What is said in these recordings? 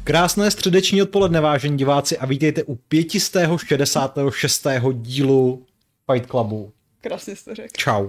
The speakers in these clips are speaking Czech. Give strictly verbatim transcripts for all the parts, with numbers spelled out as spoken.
Krásné středeční odpoledne, vážení diváci, a vítejte u pětistého šedesátého šestého dílu Fight Clubu. Krásně jste řekl. Čau. Uh,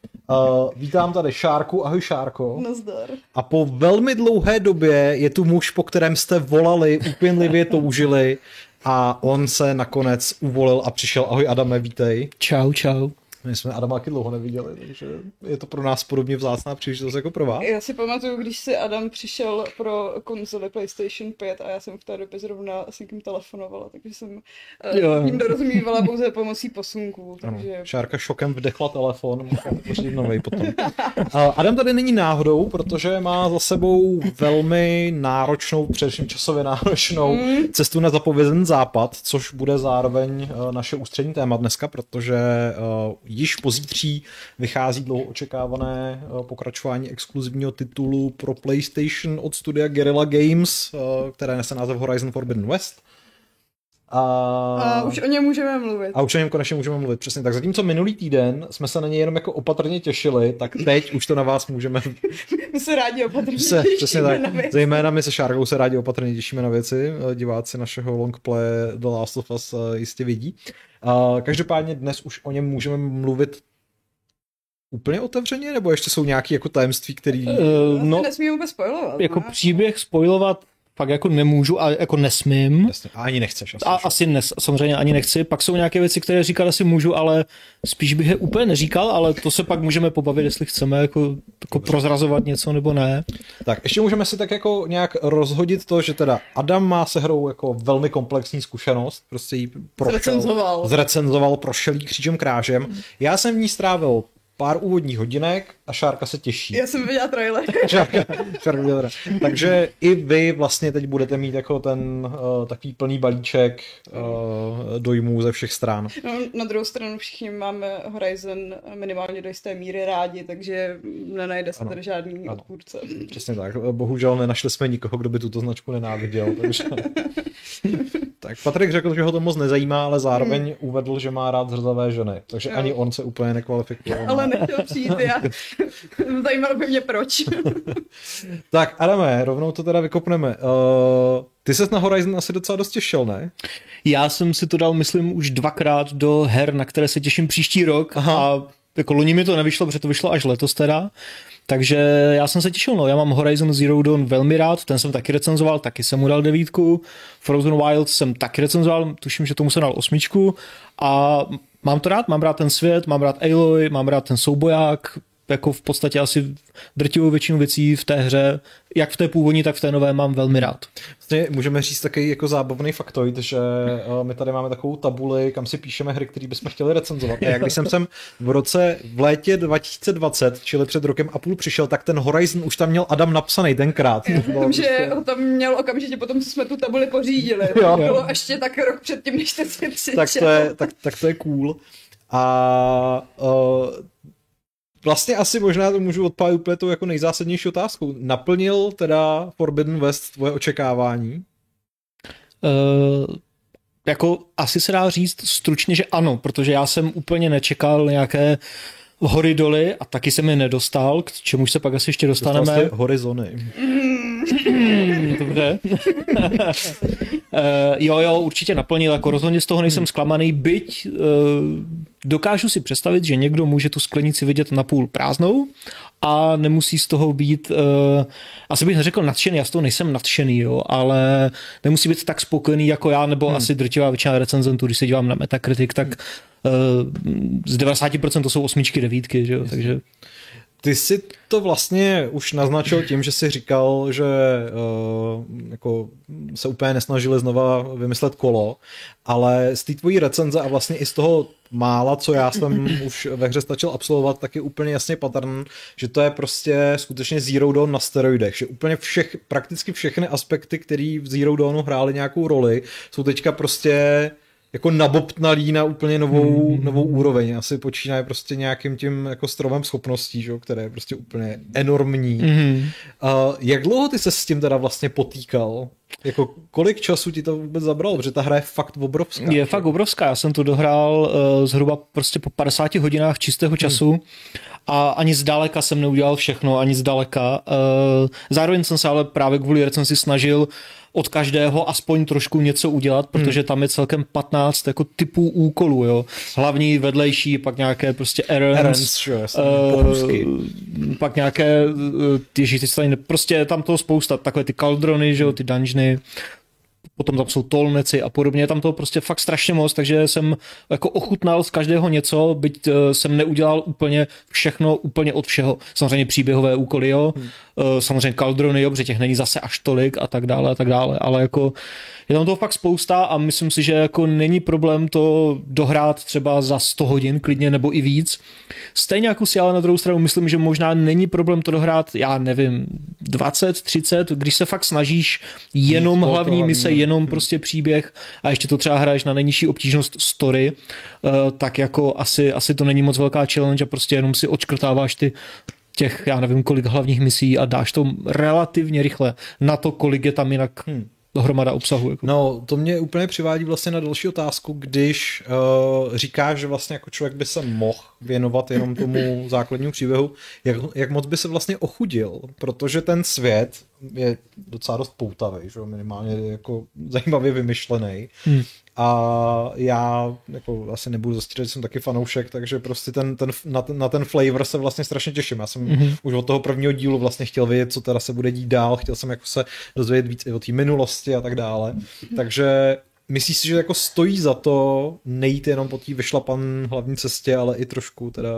vítám tady Šárku, ahoj Šárko. Nazdar. A po velmi dlouhé době je tu muž, po kterém jste volali, úpěnlivě toužili a on se nakonec uvolil a přišel. Ahoj Adame, vítej. Čau, čau. My jsme Adama taky dlouho neviděli, takže je to pro nás podobně vzácná příležitost jako pro vás. Já si pamatuju, když si Adam přišel pro konzoli PlayStation pět a já jsem v té době zrovna s někým telefonovala, takže jsem uh, jim dorozumívala pouze pomocí posunků. Takže... Ano, Šárka šokem vdechla telefon, můžeme pořídit novej potom. Uh, Adam tady není náhodou, protože má za sebou velmi náročnou, především časově náročnou mm. cestu na zapovězený západ, což bude zároveň uh, naše ústřední téma dneska, protože uh, již pozítří vychází dlouho očekávané pokračování exkluzivního titulu pro PlayStation od studia Guerrilla Games, které nese název Horizon Forbidden West. A... a už o něm můžeme mluvit. A už o něm konečně můžeme mluvit, přesně tak. Zatímco minulý týden jsme se na něj jenom jako opatrně těšili, tak teď už to na vás můžeme... My se rádi opatrně se, těšíme na věci. Zejména my se Šárkou se rádi opatrně těšíme na věci. Diváci našeho longplay The Last of Us jistě vidí. Uh, každopádně dnes už o něm můžeme mluvit úplně otevřeně, nebo ještě jsou nějaké jako tajemství, který... Uh, no, nesmíme vůbec spoilovat. Jako ne? Příběh spoilovat fakt jako nemůžu a jako nesmím. Jasně, a ani nechceš. Asi, a, asi nes, samozřejmě ani nechci. Pak jsou nějaké věci, které říkat asi můžu, ale spíš bych je úplně neříkal, ale to se pak můžeme pobavit, jestli chceme jako, jako prozrazovat něco nebo ne. Tak ještě můžeme si tak jako nějak rozhodit to, že teda Adam má se hrou jako velmi komplexní zkušenost, prostě ji prošel, zrecenzoval. zrecenzoval, prošel jí křížem krážem. Já jsem v ní strávil pár úvodních hodinek a Šárka se těší. Já jsem viděla trailer. Šárka, Šárka viděla. Takže i vy vlastně teď budete mít jako ten uh, takový plný balíček uh, dojmů ze všech stran. No, na druhou stranu všichni máme Horizon minimálně do jisté míry rádi, takže nenajde se tady žádný ano. odpůrce. Přesně tak. Bohužel nenašli jsme nikoho, kdo by tuto značku nenáviděl. Takže... Tak Patrik řekl, že ho to moc nezajímá, ale zároveň hmm. uvedl, že má rád zrzavé ženy. Takže jo. Ani on se úplně nekvalifikuje. Ale nechtěl přijít, já. Zajímalo by mě proč. Tak Adame, rovnou to teda vykopneme. Uh, ty ses na Horizon asi docela dost těšil, ne? Já jsem si to dal, myslím, už dvakrát do her, na které se těším příští rok. Aha. A jako loni mi to nevyšlo, protože to vyšlo až letos teda. Takže já jsem se těšil, no, já mám Horizon Zero Dawn velmi rád, ten jsem taky recenzoval, taky jsem mu dal devítku, Frozen Wilds jsem taky recenzoval, tuším, že tomu jsem dal osmičku a mám to rád, mám rád ten svět, mám rád Aloy, mám rád ten souboják, jako v podstatě asi drtivou většinu věcí v té hře, jak v té původní, tak v té nové mám velmi rád. Vlastně můžeme říct taky jako zábavný faktoid, že my tady máme takovou tabuli, kam si píšeme hry, které bychom chtěli recenzovat. A jak když jsem sem v roce, v létě dva tisíce dvacet, čili před rokem a půl přišel, tak ten Horizon už tam měl Adam napsaný tenkrát. Já vím, že ho tam měl okamžitě potom, co jsme tu tabuli pořídili. Jo. Bylo ještě tak rok předtím, než jste si přišel. Tak to je, tak, tak to je cool. A uh, vlastně asi možná to můžu odpálit úplně tou jako nejzásadnější otázkou. Naplnil teda Forbidden West tvoje očekávání? Uh, jako asi se dá říct stručně, že ano, protože já jsem úplně nečekal nějaké hory doly a taky jsem je nedostal, k čemu se pak asi ještě dostaneme. Dostal jste horizony. Dobře. uh, jo, jo, určitě naplnil, jako rozhodně z toho nejsem zklamaný, byť uh, dokážu si představit, že někdo může tu sklenici vidět napůl prázdnou a nemusí z toho být, uh, asi bych neřekl nadšený, já z toho nejsem nadšený, jo, ale nemusí být tak spokojený jako já, nebo hmm. asi drtivá většina recenzentů, když se dívám na Metacritic, tak uh, z devadesát procent to jsou osmičky, devítky, že jo, takže... Ty jsi to vlastně už naznačil tím, že jsi říkal, že uh, jako se úplně nesnažili znova vymyslet kolo, ale z té tvojí recenze a vlastně i z toho mála, co já jsem už ve hře stačil absolvovat, tak je úplně jasně pattern, že to je prostě skutečně Zero Dawn na steroidech, že úplně všech, prakticky všechny aspekty, které v Zero Dawnu hrály nějakou roli, jsou teďka prostě jako nabobtnalý na úplně novou, mm. novou úroveň. Asi počínaje prostě nějakým tím jako stromem schopností, že? Které je prostě úplně enormní. Mm. Uh, jak dlouho ty se s tím teda vlastně potýkal? Jako kolik času ti to vůbec zabralo? Protože ta hra je fakt obrovská. Je fakt obrovská. Já jsem to dohrál uh, zhruba prostě po padesáti hodinách čistého času. Mm. A ani zdaleka jsem neudělal všechno, ani zdaleka. Uh, zároveň jsem se ale právě kvůli recenzi snažil od každého aspoň trošku něco udělat, protože hmm. tam je celkem patnáct jako typů úkolů, jo. Hlavní, vedlejší, pak nějaké prostě errands, errands uh, pak nějaké, ježíš, prostě tam toho spousta, takové ty kaldrony, že jo, ty dungeony, potom tam jsou tolneci a podobně, tam toho prostě fakt strašně moc, takže jsem jako ochutnal z každého něco, byť jsem neudělal úplně všechno, úplně od všeho. Samozřejmě příběhové úkoly, jo, hmm. samozřejmě kaldrony, jo, protože těch není zase až tolik a tak dále a tak dále, ale jako je tam toho fakt spousta a myslím si, že jako není problém to dohrát třeba za sto hodin klidně nebo i víc. Stejně jako si ale na druhou stranu myslím, že možná není problém to dohrát, já nevím, dvacet, třicet, když se fakt snažíš jenom hlavní mise, jenom prostě příběh a ještě to třeba hraješ na nejnižší obtížnost story, tak jako asi, asi to není moc velká challenge a prostě jenom si odškrtáváš ty těch, já nevím, kolik hlavních misí a dáš to relativně rychle na to, kolik je tam jinak hmm. dohromada obsahu. Jako. No, to mě úplně přivádí vlastně na další otázku, když uh, říkáš, že vlastně jako člověk by se mohl věnovat jenom tomu základnímu příběhu, jak, jak moc by se vlastně ochudil, protože ten svět je docela dost poutavý, že? Minimálně jako zajímavě vymyšlený. Hmm. A já jako asi nebudu zastírat, že jsem taky fanoušek, takže prostě ten, ten, na, ten, na ten flavor se vlastně strašně těším. Já jsem mm-hmm. už od toho prvního dílu vlastně chtěl vědět, co teda se bude dít dál, chtěl jsem jako se dozvědět víc i o té minulosti a tak dále. Mm-hmm. Takže myslíš si, že jako stojí za to nejít jenom po té vyšlapan hlavní cestě, ale i trošku teda...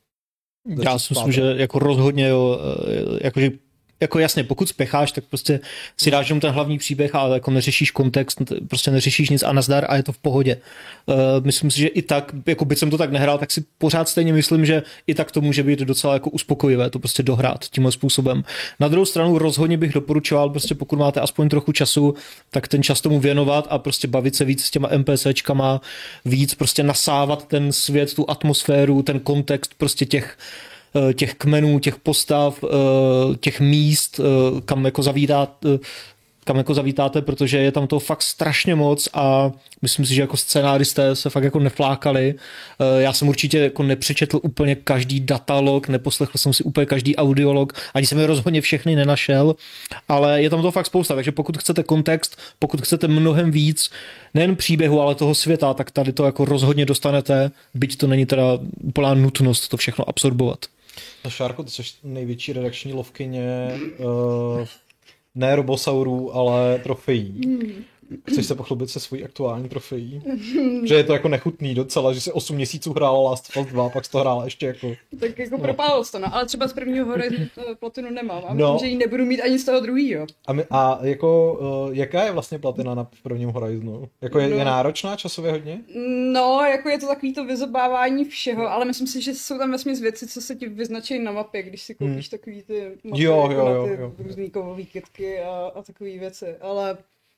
Já si myslím, že jako rozhodně jo, jakože jako jasně, pokud spěcháš, tak prostě si dáš jenom ten hlavní příběh a jako neřešíš kontext, prostě neřešíš nic a nazdar a je to v pohodě. Uh, myslím si, že i tak, jako byť jsem to tak nehrál, tak si pořád stejně myslím, že i tak to může být docela jako uspokojivé to prostě dohrát tímhle způsobem. Na druhou stranu rozhodně bych doporučoval, prostě pokud máte aspoň trochu času, tak ten čas tomu věnovat a prostě bavit se víc s těma NPCčkama, víc prostě nasávat ten svět, tu atmosféru, ten kontext prostě těch těch kmenů, těch postav, těch míst, kam jako zavítáte, kam jako zavítáte, protože je tam toho fakt strašně moc a myslím si, že jako scénáristé se fakt jako neflákali. Já jsem určitě jako nepřečetl úplně každý datalog, neposlechl jsem si úplně každý audiolog, ani jsem je rozhodně všechny nenašel, ale je tam toho fakt spousta, takže pokud chcete kontext, pokud chcete mnohem víc, nejen příběhu, ale toho světa, tak tady to jako rozhodně dostanete, byť to není teda úplná nutnost to všechno absorbovat. No Šárko, ty jsi největší redakční lovkyně uh, ne robosaurů, ale trofejí. Hmm. Chceš se pochlubit se svojí aktuální trofejí? Že je to jako nechutný docela, že jsi osm měsíců hrála Last of Us dva, pak jsi to hrála ještě jako... Tak jako no. Propálil to, no, ale třeba z prvního Horizon platinu nemám a no. Myslím, že ji nebudu mít ani z toho druhýho. A, my, a jako, uh, jaká je vlastně platina na prvním Horizonu? Jako je, no. je náročná časově hodně? No, jako je to takový to vyzobávání všeho, ale myslím si, že jsou tam vesměs věci, co se ti vyznačí na mapě, když si koupíš hmm. takový ty mapy, jo, jako jo, na jo, ty jo. různý kovový kytky a, a takové věci, ale...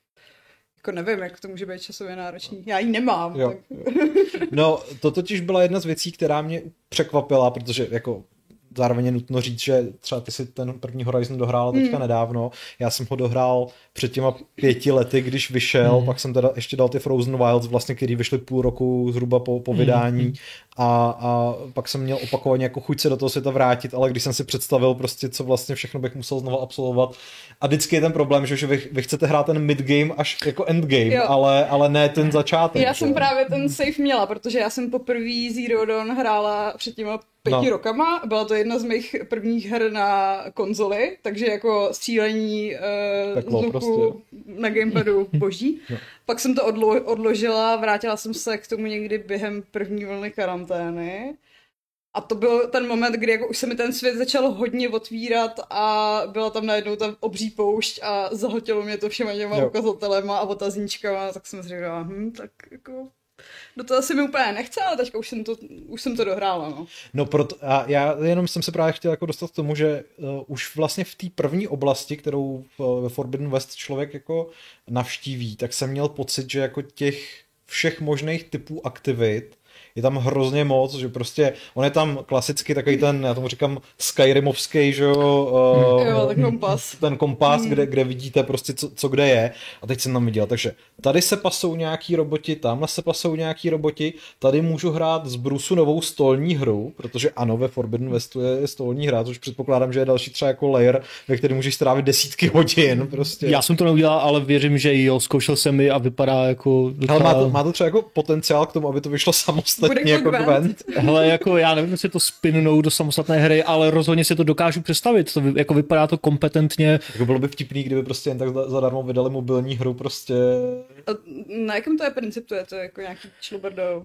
Jako nevím, jak to může být časově náročný. Já ji nemám. Tak... No, to totiž byla jedna z věcí, která mě překvapila, protože jako zároveň je nutno říct, že třeba ty si ten první Horizon dohrál teďka mm. nedávno. Já jsem ho dohrál před těma pěti lety, když vyšel, mm. pak jsem teda ještě dal ty Frozen Wilds, vlastně, který vyšly půl roku zhruba po, po vydání mm. a, a pak jsem měl opakovaně jako chuť se do toho světa vrátit, ale když jsem si představil prostě, co vlastně všechno bych musel znovu absolvovat. A vždycky je ten problém, že vy, vy chcete hrát ten midgame až jako endgame, ale, ale ne ten začátek. Já že? jsem právě ten save měla, protože já jsem poprvé Zero Dawn hrála před těma pěti no. rokama. Byla to jedna z mých prvních her na konzoli, takže jako střílení uh, z luku prostě. Na gamepadu boží. No. Pak jsem to odlo- odložila, vrátila jsem se k tomu někdy během první vlny karantény. A to byl ten moment, kdy jako už se mi ten svět začal hodně otvírat a byla tam najednou ta obří poušť a zahltilo mě to všema těma jo. ukazatelema a otazníčkama, tak jsem si říkala, hm, tak jako... Do toho se mi úplně nechce, ale teďka už jsem to, už jsem to dohrála. No, no proto, a já jenom jsem se právě chtěl jako dostat k tomu, že uh, už vlastně v té první oblasti, kterou ve Forbidden West člověk jako navštíví, tak jsem měl pocit, že jako těch všech možných typů aktivit je tam hrozně moc, že prostě on je tam klasicky takový ten, já tomu říkám Skyrimovský, že jo, hmm. jo ten kompas, ten kompas, hmm. kde, kde vidíte prostě co, co kde je a teď jsem tam viděl, takže tady se pasou nějaký roboti, tamhle se pasou nějaký roboti, tady můžu hrát z Brusu novou stolní hru, protože ano, ve Forbidden Westu je stolní hra, což předpokládám, že je další třeba jako layer, ve který můžeš strávit desítky hodin prostě. Já jsem to neudělal, ale věřím, že jo, zkoušel jsem ji a vypadá jako... Docela... Ale má to, má to třeba jako potenciál k tomu, aby to vyšlo samostatně jako Gwent. Hele, jako já nevím, jestli to spinnou do samostatné hry, ale rozhodně si to dokážu představit, to jako vypadá to kompetentně. Jako bylo by vtipný, kdyby prostě jen tak zadarmo vydali mobilní hru prostě. A na jakém to je principu? Je to jako nějaký šluber do...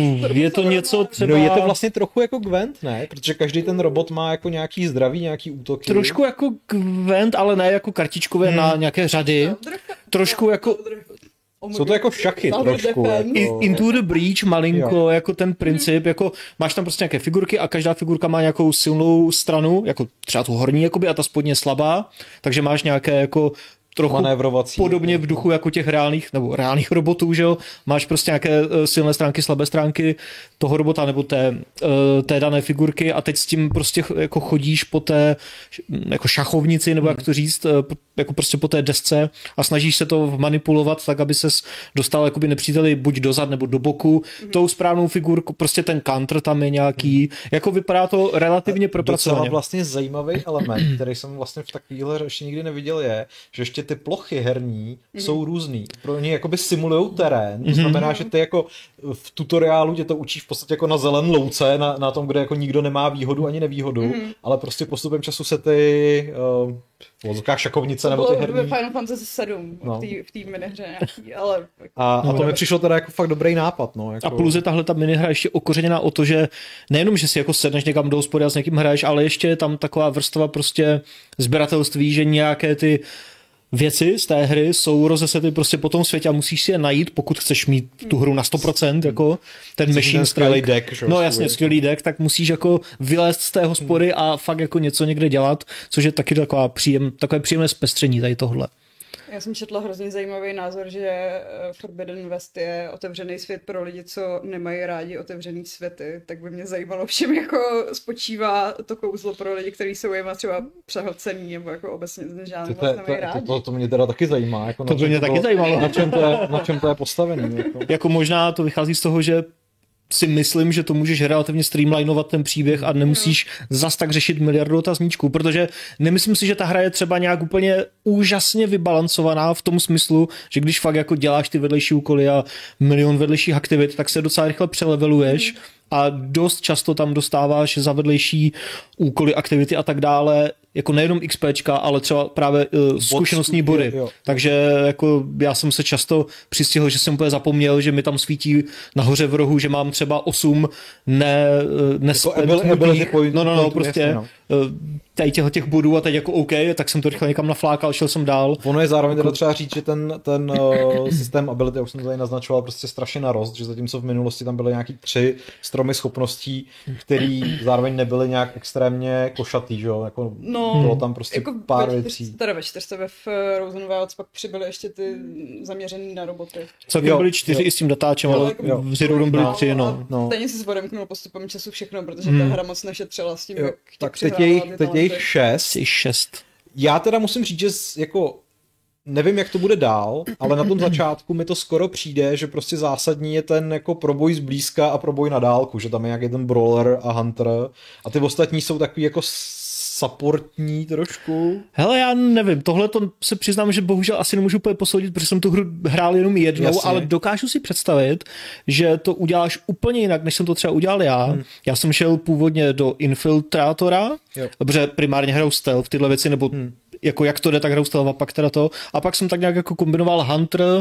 Je to něco třeba... No je to vlastně trochu jako Gwent, ne? Protože každý ten robot má jako nějaký zdraví, nějaký útoky. Trošku jako Gwent, ale ne jako kartičkové hmm. na nějaké řady. Trošku jako... Jsou to jako šachy trošku. Jako... Into the Breach malinko, jo. Jako ten princip, jako máš tam prostě nějaké figurky a každá figurka má nějakou silnou stranu, jako třeba tu horní jakoby, a ta spodně slabá, takže máš nějaké jako trochu podobně v duchu jako těch reálných, nebo reálných robotů, že jo, máš prostě nějaké silné stránky, slabé stránky toho robota nebo té, té dané figurky a teď s tím prostě jako chodíš po té jako šachovnici, nebo jak to říct, jako prostě po té desce a snažíš se to manipulovat tak, aby ses dostal jakoby nepříteli buď dozad nebo do boku, mm. tou správnou figurku, prostě ten counter tam je nějaký, jako vypadá to relativně propracovaně. Docela vlastně zajímavý element, který jsem vlastně v takovýhle ještě nikdy neviděl je, že ještě ty plochy herní mm. jsou různý. Pro ně jakoby simulujou terén, to znamená, mm. že ty jako v tutoriálu tě to učí v podstatě jako na zelen louce, na, na tom, kde jako nikdo nemá výhodu ani nevýhodu, mm. ale prostě postupem času se ty uh, v vozovkách šakovnice nebo ty herní... To bylo Final Fantasy sedm no. v té minihře nějaký, ale... A, a to mi přišlo teda jako fakt dobrý nápad, no. Jako... A plus je tahle ta minihra ještě okořeněná o to, že nejenom, že si jako sedneš někam do hospody a s někým hraješ, ale ještě je tam taková vrstva prostě sběratelství, že nějaké ty věci z té hry jsou rozesety prostě po tom světě a musíš si je najít, pokud chceš mít tu hru na sto procent, jako ten machine strike. Deck, že? No jasně, skvělý deck, tak musíš jako vylézt z té hospody a fakt jako něco někde dělat, což je taky taková příjem, takové příjemné zpestření tady tohle. Já jsem četla hrozně zajímavý názor, že Forbidden West je otevřený svět pro lidi, co nemají rádi otevřený světy, tak by mě zajímalo, v čem jako spočívá to kouzlo pro lidi, kteří jsou jima třeba přehlcený nebo jako obecně žádný vlastně nemají rádi. To, to, to mě teda taky zajímá. Jako to by mě to taky bylo, zajímalo. Na čem to je, na čem to je postavený. Jako. jako možná to vychází z toho, že si myslím, že to můžeš relativně streamlinovat ten příběh a nemusíš no. zas tak řešit miliardu otazníčků, protože nemyslím si, že ta hra je třeba nějak úplně úžasně vybalancovaná v tom smyslu, že když fakt jako děláš ty vedlejší úkoly a milion vedlejších aktivit, tak se docela rychle přeleveluješ mm. a dost často tam dostáváš za vedlejší úkoly, aktivity a tak dále, jako nejenom XPčka, ale třeba právě uh, zkušenostní body. Jo, jo. Takže jako já jsem se často přistihl, že jsem úplně zapomněl, že mi tam svítí nahoře v rohu, že mám třeba osm ne, nespendnutých. Jako no, no, no, prostě jasně, no. tady těchto těch bodů a teď jako OK, tak jsem to rychle někam naflákal, šel jsem dál. Ono je zároveň jako... třeba říct, že ten, ten uh, systém ability, už jsem to tady naznačoval, prostě strašně narost, že zatímco v minulosti tam byly nějaký tři stromy schopností, které zároveň nebyly nějak extrémně košatý, že jo, jako no, bylo tam prostě jako pár věcí. Teda ve čtyřce ve Frozen Wilds pak přibyly ještě ty zaměřený na roboty. Co byly čtyři jo. i s tím datáčem, ale jo. v Zero Dawn byly no, tři, no. no. Stejně si odemknul postupem času všechno, protože hmm. ta hra moc nešetřila s tím, jo. jak tak teď je, teď je jich šest. Jich šest. Já teda musím říct, že jako nevím, jak to bude dál, ale na tom začátku mi to skoro přijde, že prostě zásadní je ten jako proboj zblízka a proboj na dálku, že tam je nějaký ten brawler a hunter a ty ostatní jsou takový jako supportní trošku. Hele, já nevím, tohle to se přiznám, že bohužel asi nemůžu úplně posoudit, protože jsem tu hru hrál jenom jednou, jasně. ale dokážu si představit, že to uděláš úplně jinak, než jsem to třeba udělal já. Hmm. Já jsem šel původně do Infiltrátora, jo. protože primárně hraju stealth, tyhle věci, nebo hmm. jako jak to jde, tak hraju stealth a pak teda to. A pak jsem tak nějak jako kombinoval Hunter uh,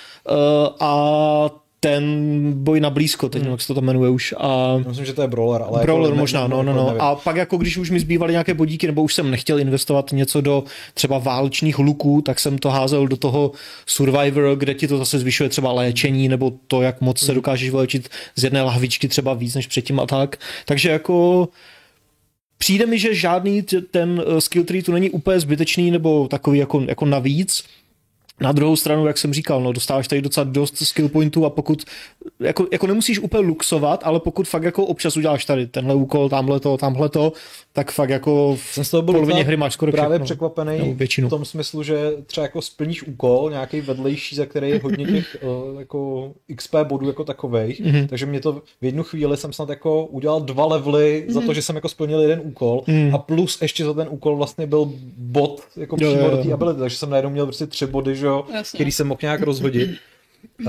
a ten boj na blízko, teď hmm. jak se to tam jmenuje už. A... Myslím, že to je brawler, ale brawler jako možná, ne, no, no, no. Nevím. A pak jako když už mi zbývaly nějaké bodíky, nebo už jsem nechtěl investovat něco do třeba válečných luků, tak jsem to házel do toho Survivor, kde ti to zase zvyšuje třeba léčení, nebo to, jak moc se dokážeš vylečit z jedné lahvičky třeba víc než předtím a tak. Takže jako přijde mi, že žádný ten skill tree tu není úplně zbytečný, nebo takový jako, jako navíc. Na druhou stranu, jak jsem říkal, no, dostáváš tady docela dost skill pointů a pokud, jako, jako nemusíš úplně luxovat, ale pokud fakt jako občas uděláš tady tenhle úkol, tamhleto, tamhleto, tak fakt jako v polovině hry máš skoro právě všechno, překvapený v tom smyslu, že třeba jako splníš úkol, nějaký vedlejší, za který je hodně těch uh, jako X P bodů jako takovejch, mm-hmm. takže mě to v jednu chvíli jsem snad jako udělal dva levely mm-hmm. za to, že jsem jako splnil jeden úkol mm. a plus ještě za ten úkol vlastně byl bod jako přímo jo, jo, jo. do té ability, takže jsem najednou měl prostě tři body, že jo, který jsem mohl nějak rozhodit. Uh,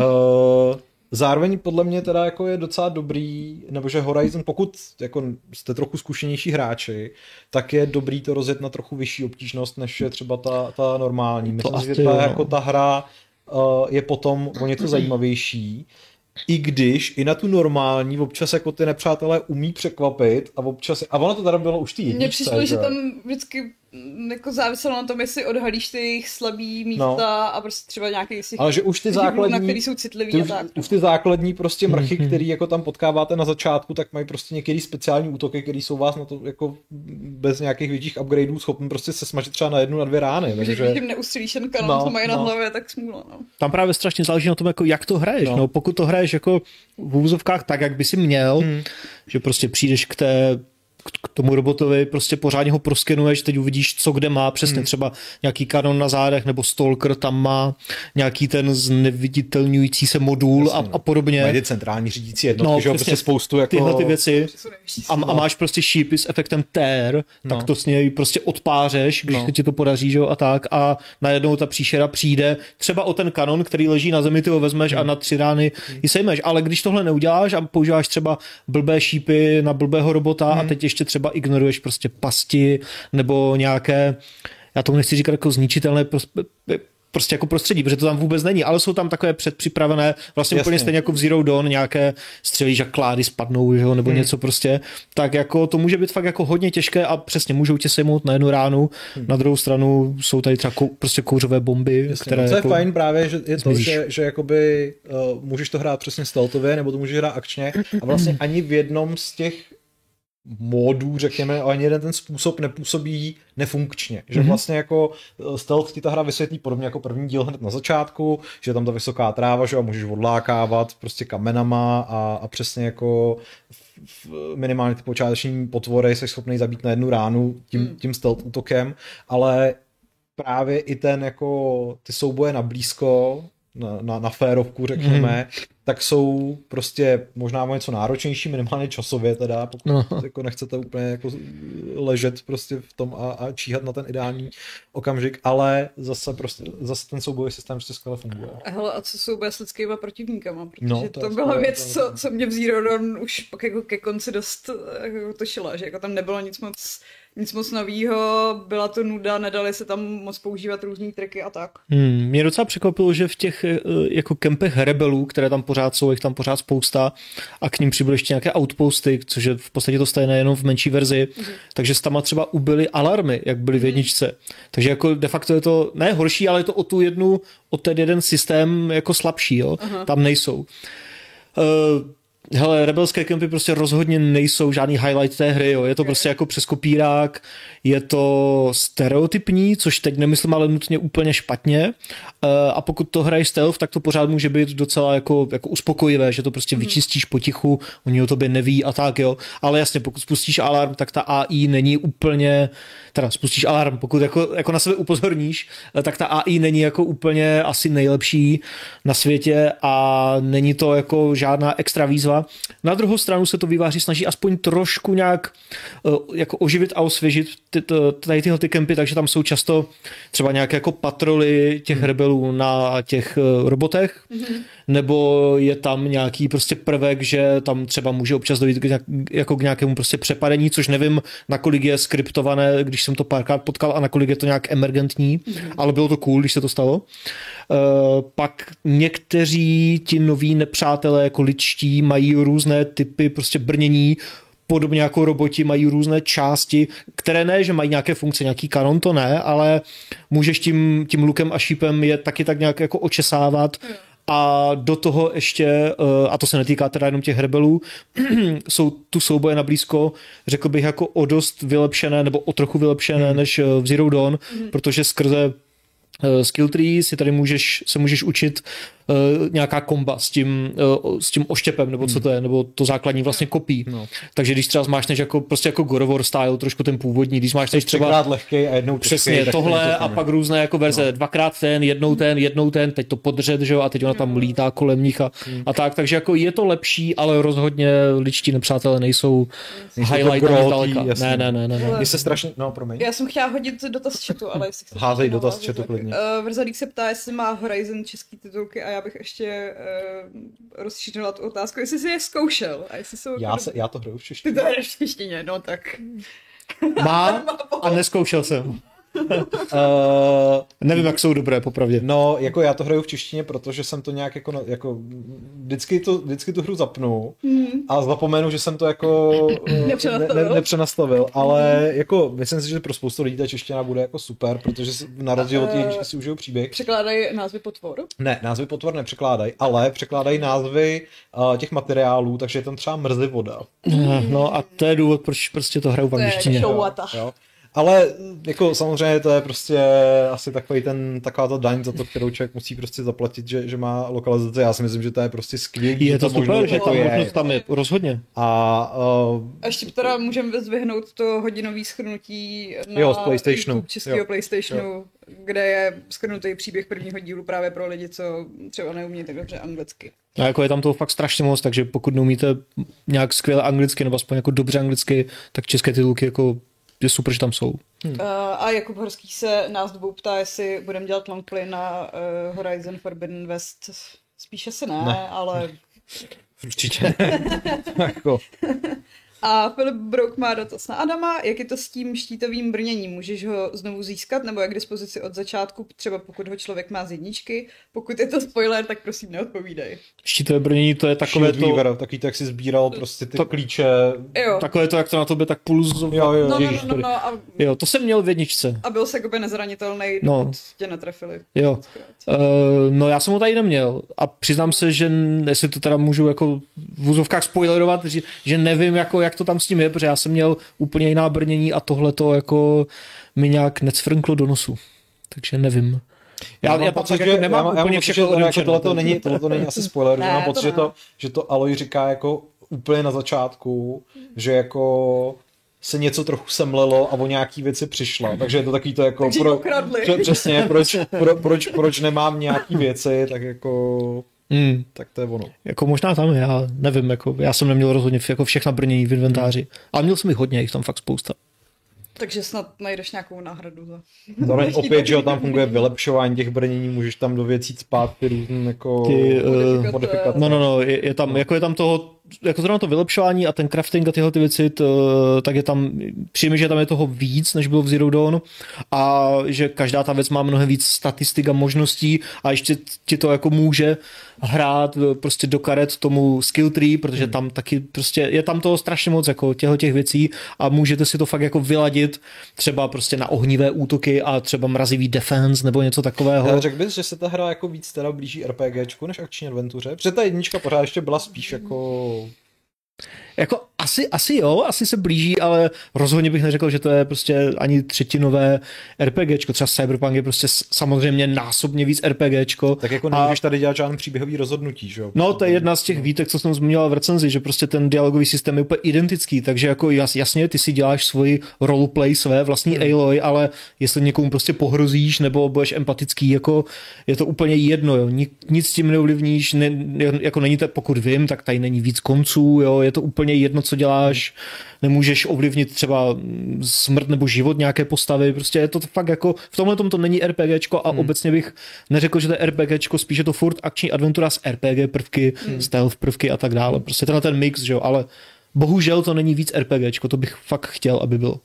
zároveň podle mě teda jako je docela dobrý, nebo že Horizon, pokud jako jste trochu zkušenější hráči, tak je dobrý to rozjet na trochu vyšší obtížnost, než je třeba ta, ta normální. Myslím si, že ta, jako ta hra uh, je potom o něco zajímavější, i když i na tu normální občas jako ty nepřátelé umí překvapit a občas, a ono to teda bylo už ty jedničce. Mně přišlo, že tam vždycky jako záviselo na tom, jestli odhalíš ty jejich slabý místa no. a prostě třeba nějaký z těch, ale že už ty základní, na který jsou citlivý ty a tak. Už ty základní prostě mrchy, mm-hmm. který jako tam potkáváte na začátku, tak mají prostě některé speciální útoky, které jsou vás na to jako bez nějakých větších upgradeů schopni prostě se smažit třeba na jednu, na dvě rány. Takže když jim neustřílíš ten kanon, no, co mají no. na hlavě, tak smůla. No. Tam právě strašně záleží na tom, jako jak to hraješ. No. No, pokud to hraješ jako v úvozovkách tak, jak by si měl, mm. že prostě přijdeš k té k tomu robotovi, prostě pořádně ho proskenuješ, teď uvidíš, co kde má, přesně hmm. třeba nějaký kanon na zádech, nebo Stalker tam má nějaký ten zneviditelňující se modul Jasně, a, a podobně. Mají centrální řídící jednotky, no, že prostě spoustu jako... Tyhle ty věci a, a máš prostě šípy s efektem tear, no. tak to s něj prostě odpářeš, když no. se ti to podaří, že jo, a tak a najednou ta příšera přijde, třeba o ten kanon, který leží na zemi, ty ho vezmeš hmm. a na tři rány hmm. ji sejmeš, ale když tohle neuděláš a používáš třeba blbé šípy na blbého robota hmm. a teď ještě třeba ignoruješ prostě pasti nebo nějaké, já tomu nechci říkat jako zničitelné prostě jako prostředí, protože to tam vůbec není, ale jsou tam takové předpřipravené, vlastně Jasně. úplně stejně jako v Zero Dawn, nějaké střelíš a klády spadnou, jo, nebo hmm. něco prostě, tak jako to může být fakt jako hodně těžké a přesně můžou tě sejmout na jednu ránu, hmm. na druhou stranu jsou tady třeba kou, prostě kouřové bomby, Jasně. které no, co jako je fajn právě, že je to, že, že jakoby uh, můžeš to hrát přesně stealthově, nebo to můžeš hrát akčně a vlastně ani v jednom z těch módů, řekněme, ani jeden ten způsob nepůsobí nefunkčně. Že vlastně jako stealth ti ta hra vysvětlí podobně jako první díl hned na začátku, že je tam ta vysoká tráva, že a můžeš odlákávat prostě kamenama a, a přesně jako v, minimálně ty počáteční potvory jsi schopný zabít na jednu ránu tím, tím stealth útokem, ale právě i ten jako ty souboje na blízko, na, na, na férovku, řekněme, mm. tak jsou prostě možná něco náročnější, minimálně časově teda, pokud no. jako nechcete úplně jako ležet prostě v tom a, a číhat na ten ideální okamžik, ale zase prostě zase ten soubojový systém prostě skvěle funguje. A hele, a co souboj s lidskýma protivníkama, protože no, to, to byla skvěle, věc, co, co mě v Zero Dawn už pak jako ke konci dost jako tošila, že jako tam nebylo nic moc Nic moc novýho, byla to nuda, nedali se tam moc používat různý triky a tak. Hmm, mě docela překvapilo, že v těch jako kempech rebelů, které tam pořád jsou, jich tam pořád spousta a k ním přibyly ještě nějaké outposty, což je v podstatě to stejné nejenom v menší verzi, mm. takže s tam třeba ubyly alarmy, jak byly v jedničce. Mm. Takže jako de facto je to ne horší, ale je to o tu jednu, o ten jeden systém jako slabší, jo? Aha. Tam nejsou. Uh, Hele, rebelské kempy prostě rozhodně nejsou žádný highlight té hry, jo. Je to prostě jako přes kopírák, je to stereotypní, což teď nemyslím ale nutně úplně špatně a pokud to hraješ stealth, tak to pořád může být docela jako, jako uspokojivé, že to prostě vyčistíš potichu, oni o tobě neví a tak, jo. Ale jasně, pokud spustíš alarm, tak ta A I není úplně, teda spustíš alarm, pokud jako, jako na sebe upozorníš, tak ta A I není jako úplně asi nejlepší na světě a není to jako žádná extra výzva. Na druhou stranu se to výváři snaží aspoň trošku nějak jako oživit a osvěžit ty, tady tyhle ty kempy, takže tam jsou často třeba nějaké jako patroly těch rebelů na těch robotech, mm-hmm. nebo je tam nějaký prostě prvek, že tam třeba může občas dojít k, nějak, jako k nějakému prostě přepadení, což nevím, nakolik je skriptované, když jsem to párkrát potkal a nakolik je to nějak emergentní, mm-hmm. ale bylo to cool, když se to stalo. Uh, pak někteří ti noví nepřátelé jako lidští mají různé typy prostě brnění, podobně jako roboti mají různé části, které ne, že mají nějaké funkce, nějaký kanon, to ne, ale můžeš tím, tím lukem a šípem je taky tak nějak jako očesávat a do toho ještě, a to se netýká teda jenom těch rebelů, jsou tu souboje na blízko, řekl bych jako o dost vylepšené nebo o trochu vylepšené než v Zero Dawn, mm. protože skrze skill tree si tady můžeš, se můžeš učit uh, nějaká komba s tím, uh, s tím oštěpem, nebo co to je, nebo to základní vlastně kopí. No. Takže když třeba máš jako, prostě jako God of War style, trošku ten původní, když máš třeba lehkej a jednou přesně těžkej, tohle a pak různé jako verze, no. dvakrát ten, jednou ten, jednou ten, teď to podřet, že jo, a teď ona tam lítá kolem nich a, hmm. a tak, takže jako je to lepší, ale rozhodně ličtí nepřátelé nejsou highlight zdaleka. Ne, ne, ne, ne. ne. Mně se strašně, no promiň. Já jsem chtěla hodit dotaz chatu, ale jestli chceš... Házej dotaz chatu klidně. Uh, Vrzalík se ptá, jestli má Horizon český titulky a já bych ještě uh, rozšířila tu otázku, jestli jsi je zkoušel. A jestli jsou já, se, já to hraju v češtině. Ty to hraješ v češtině, no tak. Má a neskoušel jsem. uh, Nevím, jak jsou dobré, popravdě. No, jako já to hraju v češtině, protože jsem to nějak jako, jako vždycky, to, vždycky tu hru zapnu mm. a zapomenu, že jsem to jako nepřenastavil, ne, ne, nepřenastavil ale mm. jako myslím si, že pro spoustu lidí ta čeština bude jako super, protože na rozdíl od těch, si užijou příběh. Překládají názvy potvor? Ne, názvy potvor nepřekládají, ale překládají názvy uh, těch materiálů, takže je tam třeba mrzy voda. Mm. No a to je důvod, proč prostě to hraju v angličtině. Ale jako samozřejmě to je prostě asi takový ten, taková ta daň za to, kterou člověk musí prostě zaplatit, že, že má lokalizaci. Já si myslím, že to je prostě skvělý. Je to super, že ta možnost tam je, rozhodně. A, uh, a ještě teda můžeme vyzvihnout to hodinový shrnutí na jo, z PlayStationu. českého PlayStationu, jo. kde je shrnutý příběh prvního dílu právě pro lidi, co třeba neumí tak dobře anglicky. A jako je tam toho fakt strašně moc, takže pokud neumíte nějak skvěle anglicky nebo aspoň jako dobře anglicky, tak české titulky jako je super, že tam jsou. Hmm. Uh, a Jakub Horský se nás dvou ptá, jestli budeme dělat longplay na uh, Horizon Forbidden West. Spíše se ne, ne. ale... Určitě jako... A Filip Brouk má dotaz na Adama, jak je to s tím štítovým brněním? Můžeš ho znovu získat, nebo je k dispozici od začátku, třeba pokud ho člověk má z jedničky? Pokud je to spoiler, tak prosím neodpovídej. Štítové brnění, to je takové to... Weaver, taky to, jak jsi sbíral prostě ty to... klíče. Jo. Takové to, jak to na tobě tak pulzovalo. Jo, jo. No, no, no, no, no, a... jo, to jsem měl v jedničce. A byl se jakoby nezranitelný, no. dokud tě netrefili. Jo. Uh, no já jsem ho tady neměl a přiznám se, že jestli to teda můžu jako v úzovkách spoilerovat, že, že nevím, jako, jak to tam s tím je, protože já jsem měl úplně jiná brnění a tohle to jako mi nějak necvrnklo do nosu. Takže nevím. Já, já, já pocit, jako nemám já, úplně já všechno jako tohleto není, tohleto není asi spoiler, ne, že mám pocit, že to, že to Aloy říká jako úplně na začátku, že jako se něco trochu semlelo a o nějaký věci přišla. Takže je to takový to jako... Takže pro, pro, přesně, proč, pro, proč, proč nemám nějaký věci, tak jako... Hmm. Tak to je ono. Jako možná tam, já nevím, jako, já jsem neměl rozhodně jako všechna brnění v inventáři, hmm. ale měl jsem jich hodně, jich tam fakt spousta. Takže snad najdeš nějakou náhradu za... Zároveň opět, že tam funguje vylepšování těch brnění, můžeš tam do věcí cpát ty různé jako ty, uh, modifikace. No, no, no, je, je tam, jako je tam toho, jako zrovna to vylepšování a ten crafting a tyhle ty věci, to, tak je tam, přijme, že tam je toho víc, než bylo v Zero Dawn a že každá ta věc má mnohem víc statistik a možností a ještě ti to jako může hrát prostě do karet tomu skill tree, protože hmm. tam taky prostě je tam toho strašně moc jako těchto těch věcí a můžete si to fakt jako vyladit třeba prostě na ohnivé útoky a třeba mrazivý defense nebo něco takového. Já řekl bys, že se ta hra jako víc teda blíží RPGčku než akční adventuře? Protože ta jednička pořád ještě byla spíš jako... Jako asi, asi jo, asi se blíží, ale rozhodně bych neřekl, že to je prostě ani třetinové RPGčko. Třeba Cyberpunk je prostě samozřejmě násobně víc RPGčko. Tak jako nemůžeš tady dělat žádný příběhový rozhodnutí, že jo? No, to je jedna z těch výtek, co jsem zmiňoval v recenzi, že prostě ten dialogový systém je úplně identický, takže jako jasně, ty si děláš svoji roleplay, své vlastní hmm. Aloy, ale jestli někomu prostě pohrozíš nebo budeš empatický, jako je to úplně jedno, jo. Nic s tím neovlivníš, ne, jako není to, pokud vím, tak tady není víc konců, jo, je to úplně jedno, co děláš, nemůžeš ovlivnit třeba smrt nebo život nějaké postavy, prostě je to fakt jako, v tomhle tom to není RPGčko a hmm. obecně bych neřekl, že to je RPGčko, spíš je to furt akční adventura s R P G prvky, hmm. stealth prvky a tak dále, prostě tenhle ten mix, že jo, ale bohužel to není víc RPGčko, to bych fakt chtěl, aby bylo.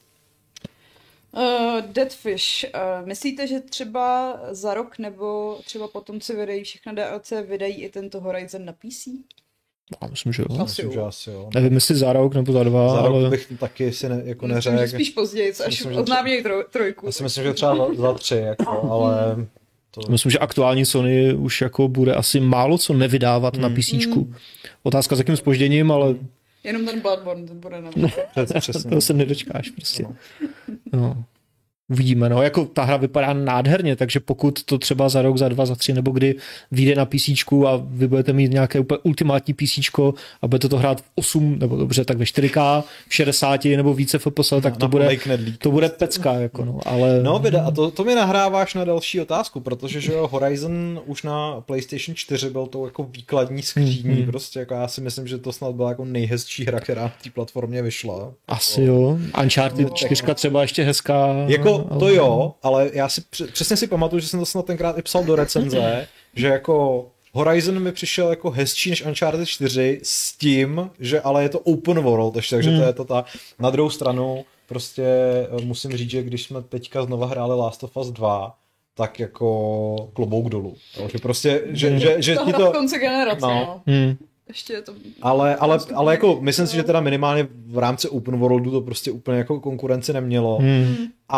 Uh, Deadfish, uh, myslíte, že třeba za rok nebo třeba potom, co vydají všechna D L C, vydají i tento Horizon na P C? Já myslím, že jo. Asi myslím, že asi jo. Nevím, jestli za rok nebo za dva. Za ale... rok bych taky si ne, jako neřekl. Myslím, že spíš později, až oznámějí troj, trojku. Já si myslím, že třeba za, za tři, jako, ale... To... Myslím, že aktuální Sony už jako bude asi málo co nevydávat hmm. na PCčku. Hmm. Otázka s jakým zpožděním, ale... Jenom ten Bloodborne, ten bude na no, přesně. To se nedočkáš prostě. No. No. uvidíme, no, jako ta hra vypadá nádherně, takže pokud to třeba za rok, za dva, za tři, nebo kdy vyjde na PCčku a vy budete mít nějaké úplně ultimátní PCčko a budete to hrát v osm, nebo dobře, tak ve čtyři ká, v šedesáti nebo více F P S, tak to bude, to bude pecka, jako no, ale... No, a to, to mi nahráváš na další otázku, protože že jo, Horizon už na PlayStation čtyři byl to jako výkladní skříní, hmm. prostě, jako já si myslím, že to snad byla jako nejhezčí hra, která na té platformě vyšla. Asi jako, jo, Uncharted no, čtyři třeba ještě hezká. Jako to jo, ale já si přesně si pamatuju, že jsem to snad tenkrát i psal do recenze, že jako Horizon mi přišel jako hezčí než Uncharted čtyři s tím, že ale je to open world, ještě, takže to je to ta, na druhou stranu prostě musím říct, že když jsme teďka znova hráli Last of Us dva, tak jako klobouk dolů. Takže prostě, že, mm. že, že to ti to... v konci generace, no. no. Mm. Ještě je to... Ale, ale, ale jako myslím si, že teda minimálně v rámci open worldu to prostě úplně jako konkurenci nemělo. Mm.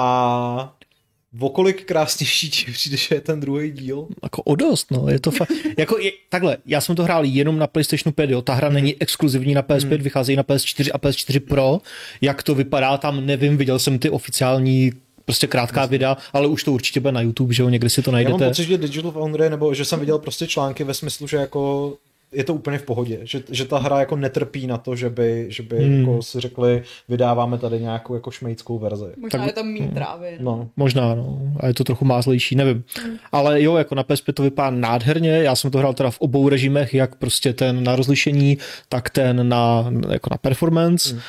A okolik krásnější ti přijde, že je ten druhý díl? Jako o dost, no. Je to fa- jako je, takhle, já jsem to hrál jenom na PlayStationu pět, jo. Ta hra mm. není exkluzivní na P S pět, mm. vycházejí na P S čtyři a P S čtyři Pro. Jak to vypadá tam, nevím, viděl jsem ty oficiální prostě krátká Jasně. videa, ale už to určitě bude na YouTube, že jo, někdy si to najdete. Já mám pocit, že Digital Foundry, nebo že jsem viděl prostě články ve smyslu, že jako je to úplně v pohodě, že, že ta hra jako netrpí na to, že by, že by hmm. jako si řekli, vydáváme tady nějakou jako šmejckou verzi. Možná tak, je tam méně trávy. No. no. Možná, no. A je to trochu mázlejší, nevím. Hmm. Ale jo, jako na P S pět to vypadá nádherně, já jsem to hrál teda v obou režimech, jak prostě ten na rozlišení, tak ten na, jako na performance hmm.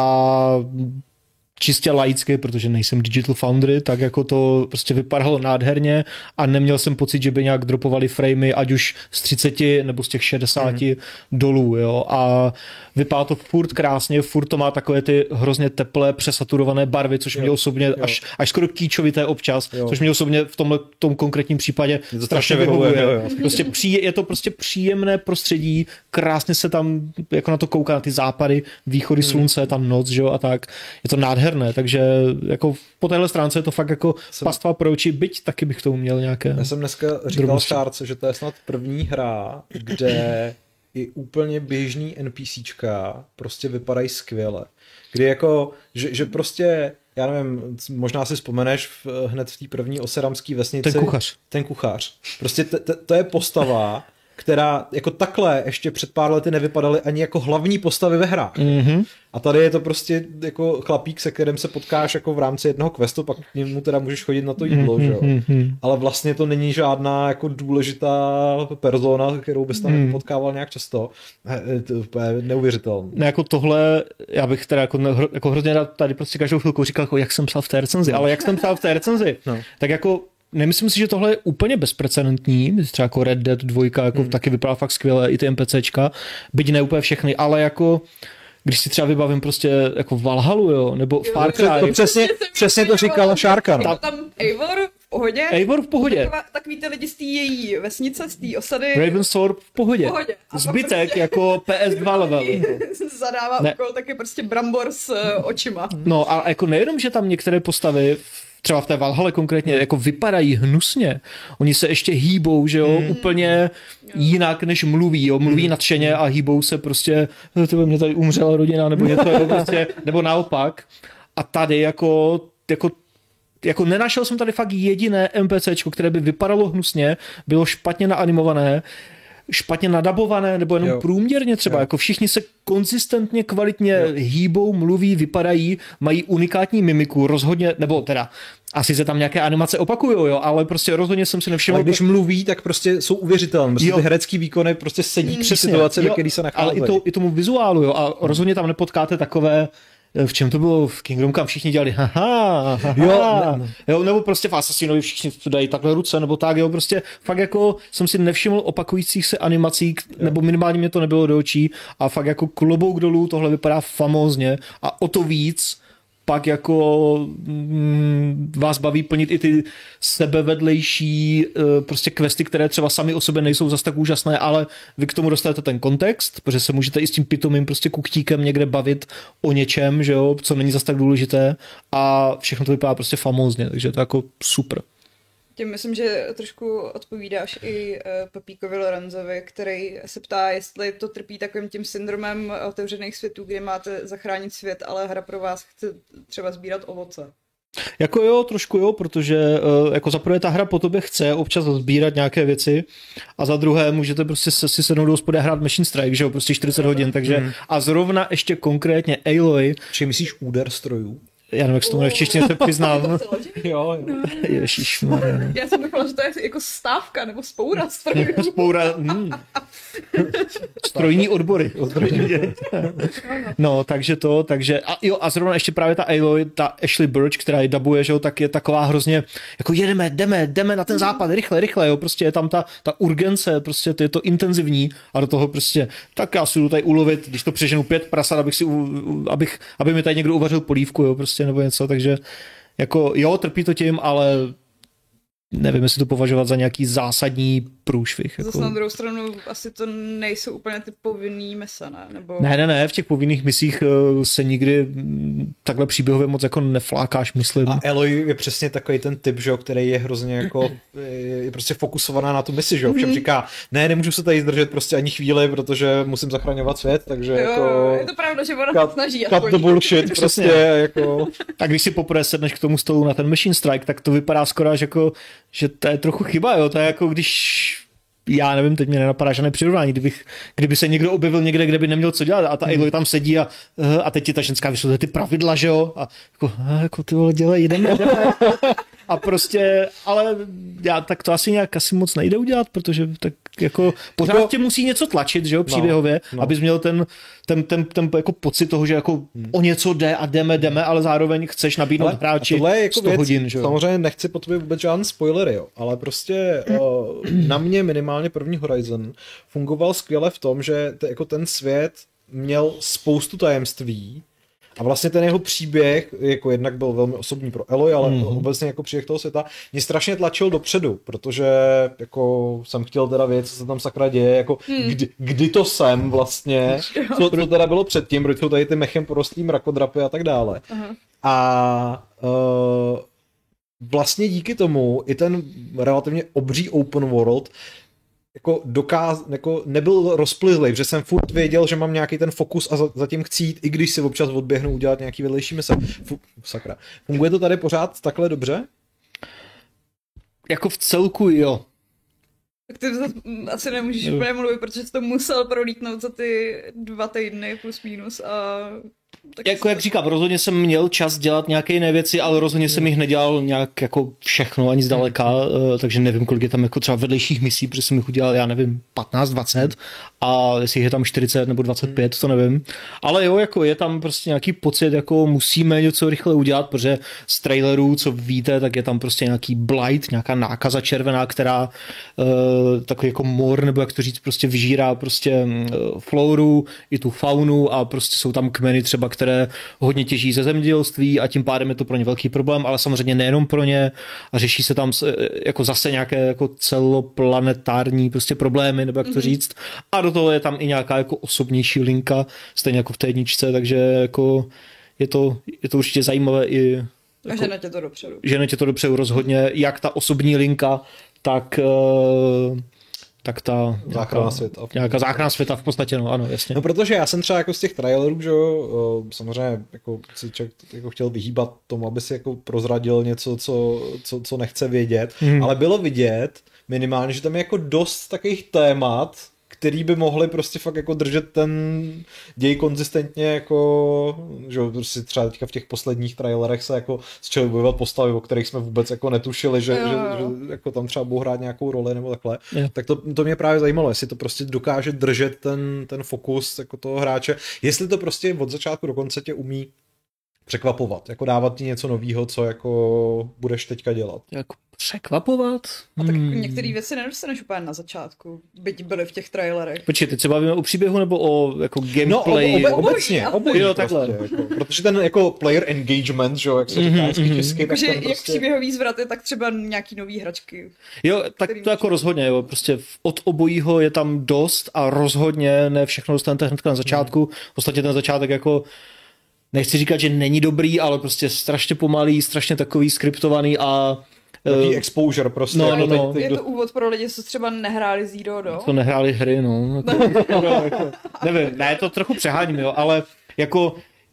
a čistě laicky, protože nejsem Digital Foundry, tak jako to prostě vypadalo nádherně a neměl jsem pocit, že by nějak dropovali framey, ať už z třiceti nebo z těch šedesáti mm. dolů, jo, a vypadá to furt krásně, furt to má takové ty hrozně teplé, přesaturované barvy, což jo, mě osobně až, až skoro kýčovité občas, jo. což mě osobně v tomhle tom konkrétním případě to strašně vyhovuje. Jo, jo. Prostě pří, je to prostě příjemné prostředí, krásně se tam jako na to kouká, na ty západy, východy mm. slunce, tam noc, že jo, a tak. Je to nádherné. Takže jako po téhle stránce je to fakt jako jsem, pastva pro oči, byť taky bych tomu měl nějaké... Já jsem dneska říkal Šárce, že to je snad první hra, kde i úplně běžný NPCčka prostě vypadají skvěle. Kdy jako, že, že prostě, já nevím, možná si vzpomeneš v, hned v té první oseramské vesnici. Ten kuchař. Ten kuchař. Prostě t, t, to je postava, která jako takhle ještě před pár lety nevypadaly ani jako hlavní postavy ve hrách. Mm-hmm. A tady je to prostě jako chlapík, se kterým se potkáš jako v rámci jednoho questu, pak k němu teda můžeš chodit na to jídlo, mm-hmm. že jo. Mm-hmm. Ale vlastně to není žádná jako důležitá persona, kterou bys tam mm. potkával nějak často. To je neuvěřitelné. No jako tohle, já bych teda jako, jako hrozně rád tady prostě každou chvilku říkal, jako jak jsem psal v té recenzi, no. ale jak jsem psal v té recenzi, no. tak jako nemyslím si, že tohle je úplně bezprecedentní, třeba jako Red Dead dva jako hmm. taky vypadá fakt skvěle, i ty NPCčka, byť ne úplně všechny, ale jako když si třeba vybavím prostě jako Valhalu, jo, nebo jo, Far Cry. To přesně, přesně to říkala Šárka. No. Tam Eivor v pohodě. Eivor v pohodě. Taková, takový ty lidi z té její vesnice, z té osady. Ravensthorpe v pohodě. V pohodě. Zbytek prostě jako P S dva level. Zadává ne. úkol taky prostě brambor s uh, očima. No a jako nejenom, že tam některé postavy třeba v té Valhalle konkrétně, jako vypadají hnusně. Oni se ještě hýbou, že jo, mm. úplně jinak, než mluví, jo, mluví mm. nadšeně a hýbou se prostě, to by mě tady umřela rodina, nebo něco, jo, prostě, nebo naopak. A tady jako, jako jako nenašel jsem tady fakt jediné NPCčko, které by vypadalo hnusně, bylo špatně naanimované, špatně nadabované, nebo jenom jo. průměrně třeba, jo. jako všichni se konzistentně, kvalitně jo. hýbou, mluví, vypadají, mají unikátní mimiku, rozhodně, nebo teda asi se tam nějaké animace opakujou, jo, ale prostě rozhodně jsem si nevšiml. Ale když mluví, tak prostě jsou uvěřitelné, prostě ty herecký výkony prostě sedí při situaci, ve které se nacházejí. Ale i, to, i tomu vizuálu, jo, a rozhodně tam nepotkáte takové. V čem to bylo? V Kingdom Come všichni dělali haha, haha, jo, ne, ne. jo, nebo prostě v Assassinovi všichni dají takhle ruce, nebo tak, jo, prostě fakt jako jsem si nevšiml opakujících se animací, jo. nebo minimálně mě to nebylo do očí a fakt jako klobouk dolů, tohle vypadá famózně a o to víc pak jako mm, vás baví plnit i ty sebevedlejší uh, prostě questy, které třeba sami o sobě nejsou zas tak úžasné, ale vy k tomu dostanete ten kontext, protože se můžete i s tím pitomým prostě kuktíkem někde bavit o něčem, že jo, co není zas tak důležité a všechno to vypadá prostě famózně, takže to je jako super. Tím myslím, že trošku odpovídáš i uh, Pepíkovi Lorenzovi, který se ptá, jestli to trpí takovým tím syndromem otevřených světů, kde máte zachránit svět, ale hra pro vás chce třeba sbírat ovoce. Jako jo, trošku jo, protože uh, jako za prvé ta hra po tobě chce občas sbírat nějaké věci a za druhé můžete prostě se, si sednout do hospody a hrát Machine Strike, že jo, prostě čtyřicet hodin, takže hmm. a zrovna ještě konkrétně Aloy. Či myslíš úder strojů? Já nevím, jak se tomu v češtině se přiznám. Jo, jo. Ježišmarja. Já jsem doufala, že to je jako stávka nebo spoura strojů. Spoura, hmm. Strojní odbory. No, takže to, takže a jo, a zrovna ještě právě ta Aloy, ta Ashley Burch, která ji dabuje, že jo, tak je taková hrozně, jako jedeme, jdeme, jdeme na ten západ, rychle, rychle, jo, prostě je tam ta, ta urgence, prostě to je to intenzivní a do toho prostě, tak já si jdu tady ulovit, když to přeženu pět prasat, abych si, abych, aby mi tady někdo uvařil polívku, jo, prostě nebo něco, takže jako jo, trpí to tím, ale nevím, jestli to považovat za nějaký zásadní průšvih. Jako... Zase na druhou stranu asi to nejsou úplně ty povinný mesa, ne? Nebo... Ne, ne, ne, v těch povinných misích se nikdy takhle příběhově moc jako neflákáš, myslím. A Aloy je přesně takový ten typ, že, který je hrozně jako, je prostě fokusovaná na tu misi, že všem říká, ne, nemůžu se tady zdržet prostě ani chvíli, protože musím zachraňovat svět, takže jo, jako... je to pravda, že ona cut, snaží. Cut the bullshit, prostě jako... Tak když si poprvé sedneš k tomu stolu na ten Machine Strike, tak to vypadá skoro až jako, že to je trochu chyba, jo, to je jako když... Já nevím, teď mě nenapadá žádné přirovnání, kdybych, kdyby se někdo objevil někde, kde by neměl co dělat a ta Aloy tam sedí a, a teď ti ta ženská vysvětluje ty pravidla, že jo, a jako, a jako ty vole, dělej, jdeme, jdeme. A prostě, ale já tak to asi nějak asi moc nejde udělat, protože tak jako pořád jako, tě musí něco tlačit, že jo, příběhově, no, no. abys měl ten, ten, ten, ten jako pocit toho, že jako hmm. o něco jde a jdeme, jdeme, ale zároveň chceš nabídnout ale, hráči jako sto věc, hodin, že jo. Samozřejmě nechci po tobě vůbec žádný spoilery, jo, ale prostě uh, na mě minimálně první Horizon fungoval skvěle v tom, že t- jako ten svět měl spoustu tajemství. A vlastně ten jeho příběh, jako jednak byl velmi osobní pro Aloy, ale mm-hmm. obecně jako příběh toho světa, mě strašně tlačil dopředu, protože jako jsem chtěl teda vědět, co se tam sakra děje, jako mm. kdy, kdy to jsem vlastně, co, co teda bylo předtím, proč jsou tady ty mechem porostlý mrakodrapy a tak dále. Uh-huh. A uh, vlastně díky tomu i ten relativně obří open world jako dokáz, jako nebyl rozplizlej, protože jsem furt věděl, že mám nějaký ten fokus a za, zatím chci jít, i když si občas odběhnu udělat nějaký vedlejší mise. Fu, sakra. Funguje to tady pořád takhle dobře? Jako v celku, jo. Tak ty asi nemůžeš jo. úplně mluvit, protože jsi to musel prolítnout za ty dva týdny plus minus a... Tak jako jak říkám, rozhodně jsem měl čas dělat nějaké jiné věci, ale rozhodně jsem jich nedělal nějak jako všechno, ani zdaleka, takže nevím, kolik je tam jako třeba vedlejších misí, protože jsem jich udělal, já nevím, patnáct dvacet a jestli je tam čtyřicet nebo dvacet pět, to nevím. Ale jo, jako je tam prostě nějaký pocit, jako musíme něco rychle udělat, protože z trailerů, co víte, tak je tam prostě nějaký blight, nějaká nákaza červená, která uh, takový jako mor, nebo jak to říct, prostě vyžírá prostě uh, floru, i tu faunu a prostě jsou tam kmeny třeba, které hodně těží ze zemědělství a tím pádem je to pro ně velký problém, ale samozřejmě nejenom pro ně a řeší se tam jako zase nějaké jako celoplanetární prostě problémy, nebo jak to říct. A do toho je tam i nějaká jako osobnější linka, stejně jako v té jedničce, takže jako je to, je to určitě zajímavé i... Jako, a žene tě to dopředu. Žene tě to dopředu rozhodně, jak ta osobní linka, tak... Uh, tak ta záchrana světa. Nějaká záchrana světa v podstatě, no ano, jasně. No protože já jsem třeba jako z těch trailerů, že jo, samozřejmě jako si člověk jako chtěl vyhýbat tomu, aby si jako prozradil něco, co, co, co nechce vědět, hmm. ale bylo vidět minimálně, že tam je jako dost takových témat, který by mohli prostě fakt jako držet ten děj konzistentně jako, že prostě třeba teďka v těch posledních trailerech se jako začaly bojovat postavy, o kterých jsme vůbec jako netušili, že, že, že jako tam třeba budou hrát nějakou roli nebo takhle. Jo. Tak to, to mě právě zajímalo, jestli to prostě dokáže držet ten, ten fokus jako toho hráče, jestli to prostě od začátku do konce tě umí překvapovat, jako dávat ti něco nového, co jako budeš teďka dělat. Jako překvapovat? A tak hmm. některé věci nedostaneš úplně na začátku, byť byly v těch trailerech. Počkej, teď se bavíme o příběhu nebo o jako gameplay? No, ob, ob, obecně, obojí jo, prostě, jako, protože ten jako player engagement, že, jak se říká mm-hmm. česky, tak že ten jak prostě... příběhový zvraty, tak třeba nějaký nový hračky. Jo, tak to jako rozhodně, jo, prostě od obojího je tam dost a rozhodně ne všechno dostanete hnedka na začátku. Mm. V podstatě ten začátek jako nechci říkat, že není dobrý, ale prostě strašně pomalý, strašně takový skriptovaný a takový uh, exposure prostě. No, no, no. Je to úvod pro lidi, co třeba nehráli Zero Dawn. To nehráli hry, no. Jako, nevím, ne, to trochu přeháním, jo, ale jako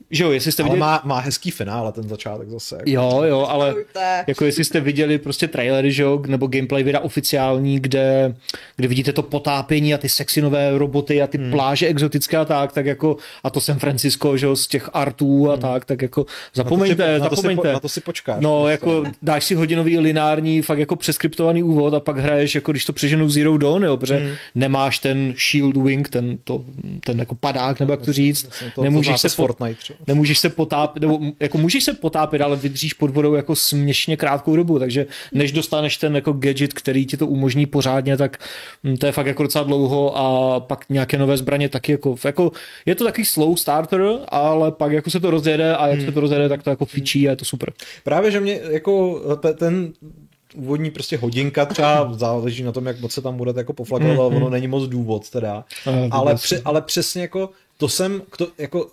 že jo, jestli jste ale viděli... má, má hezký finále ten začátek zase. Jako. Jo, jo, ale jako jestli jste viděli prostě trailery, že jo, nebo gameplay videa oficiální, kde, kde vidíte to potápění a ty sexy nové roboty a ty hmm. pláže exotické a tak, tak jako, a to San Francisco, že jo, z těch artů a hmm. tak, tak jako zapomeňte, na to si, zapomeňte. Na to si, na to si počkáš. No, prostě. Jako dáš si hodinový lineární, fakt jako přeskriptovaný úvod a pak hraješ, jako když to přeženu Zero Dawn, jo, protože hmm. nemáš ten shield wing, ten, to, ten jako padák, nebo jak to říct, to, nemůžeš to se Fortnite, nemůžeš se potápět, nebo jako můžeš se potápět, ale vydržíš pod vodou jako směšně krátkou dobu, takže než dostaneš ten jako gadget, který ti to umožní pořádně, tak to je fakt jako docela dlouho a pak nějaké nové zbraně taky jako, jako je to takový slow starter, ale pak jako se to rozjede a jak hmm. se to rozjede, tak to jako fičí a je to super. Právě, že mě jako ten úvodní prostě hodinka, třeba záleží na tom, jak moc se tam budete jako poflagovat, ale ono není moc důvod teda, ale, pře, ale přesně jako to jsem, to, jako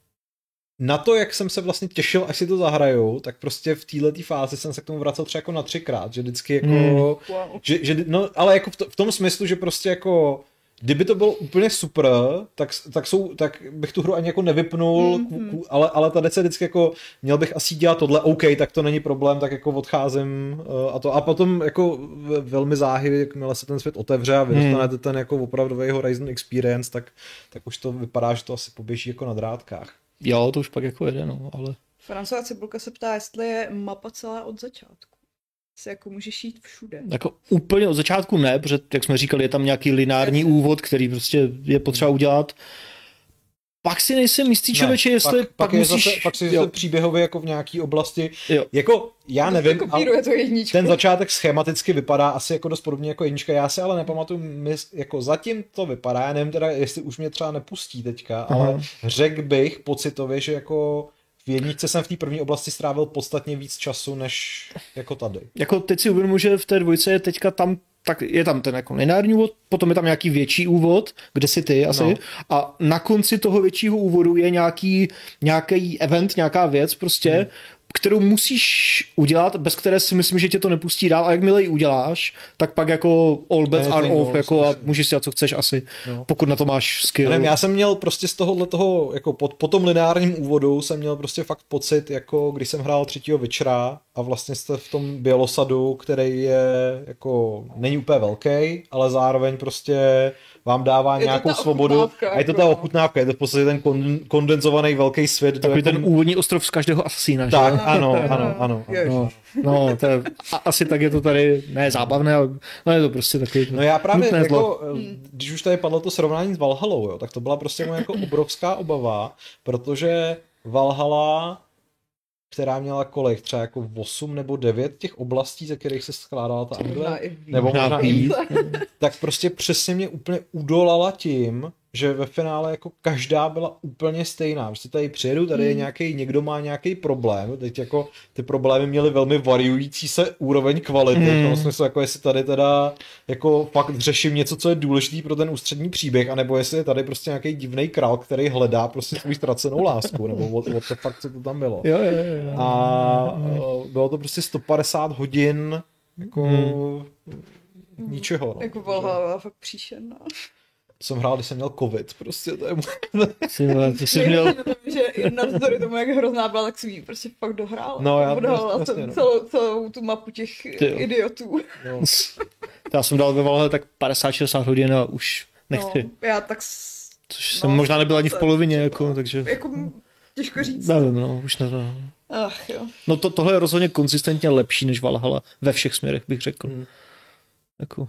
na to, jak jsem se vlastně těšil, až si to zahraju, tak prostě v této fázi jsem se k tomu vracel třeba jako na třikrát, že vždycky jako, mm. wow. že, že, no, ale jako v, to, v tom smyslu, že prostě jako, kdyby to bylo úplně super, tak, tak, jsou, tak bych tu hru ani jako nevypnul, mm. k, k, ale, ale tady se vždycky jako, měl bych asi dělat tohle, OK, tak to není problém, tak jako odcházím uh, a to, a potom jako velmi záhy, jakmile se ten svět otevře a vy mm. dostanete ten jako opravdový Horizon Experience, tak, tak už to vypadá, že to asi poběží jako na drátkách. Jo, to už pak jako jede, no, ale... Francová Cibulka se ptá, jestli je mapa celá od začátku. Se jako můžeš jít všude. Jako úplně od začátku ne, protože, jak jsme říkali, je tam nějaký lineární úvod, který prostě je potřeba udělat. Pak si nejsem jistý, člověče, ne, jestli pak, pak, pak musíš... Zase, pak si zase příběhově jako v nějaký oblasti, jo. Jako já to nevím, to to jedničku. Ten začátek schematicky vypadá asi jako dost podobně jako jednička, já si ale nepamatuju, jako zatím to vypadá, já nevím teda, jestli už mě třeba nepustí teďka, Aha. ale řekl bych pocitově, že jako v jedničce jsem v té první oblasti strávil podstatně víc času, než jako tady. Jako teď si uvědomuji, že v té dvojce je teďka tam tak je tam ten jako lineární úvod, potom je tam nějaký větší úvod, kde jsi ty asi, no. A na konci toho většího úvodu je nějaký, nějaký event, nějaká věc prostě, hmm. kterou musíš udělat, bez které si myslím, že tě to nepustí dál, a jakmile ji uděláš, tak pak jako all bets are off, jako a můžeš si dělat, co chceš asi, no. Pokud na to máš skill. Nevím, já jsem měl prostě z tohohle toho, jako po, po tom lineárním úvodu jsem měl prostě fakt pocit, jako když jsem hrál třetího Witchera a vlastně jste v tom Bělosadu, který je jako, není úplně velký, ale zároveň prostě vám dává je nějakou svobodu a je to ta ochutnávka, je to v podstatě ten kondenzovaný velký svět. Takový jako... ten úvodní ostrov z každého asasína, tak, že? ano, ano, ano. No, no to je, asi tak je to tady, ne zábavné, ale no je to prostě takový. No já právě, jako, když už tady padlo to srovnání s Valhallou, jo, tak to byla prostě moje jako obrovská obava, protože Valhalla, která měla kolik, třeba jako osm nebo devět těch oblastí, ze kterých se skládala ta Anglie, nebo možná víc, tak prostě přesně mě úplně udolala tím, že ve finále jako každá byla úplně stejná. Prostě tady přijedu, tady je nějaký, někdo má nějaký problém, teď jako ty problémy měly velmi variující se úroveň kvality, mm. v tom smyslu, jako jestli tady teda jako fakt řeším něco, co je důležitý pro ten ústřední příběh, anebo jestli je tady prostě nějaký divný král, který hledá prostě svou ztracenou lásku, nebo what, what the fuck, co to tam bylo. Jo, jo, jo. A bylo to prostě sto padesát hodin jako mm. ničeho. No. Jako Valhalla fakt příšerná. Jsem hrál, když jsem měl covid, prostě to je to jsi měl... že navzdory tomu, jak hrozná byla, tak si prostě fakt dohrál. No já dohrál celou, celou, celou tu mapu těch idiotů. No. Já jsem dal ve Valhalle tak padesát šedesát hodin a už nechci. No, já tak... Což jsem no, možná nebyl ani v polovině, jako, takže... Jako těžko říct. Nevím, no, už ne, no. Ach jo. No to, tohle je rozhodně konzistentně lepší než Valhalla, ve všech směrech bych řekl. Hmm. Jako...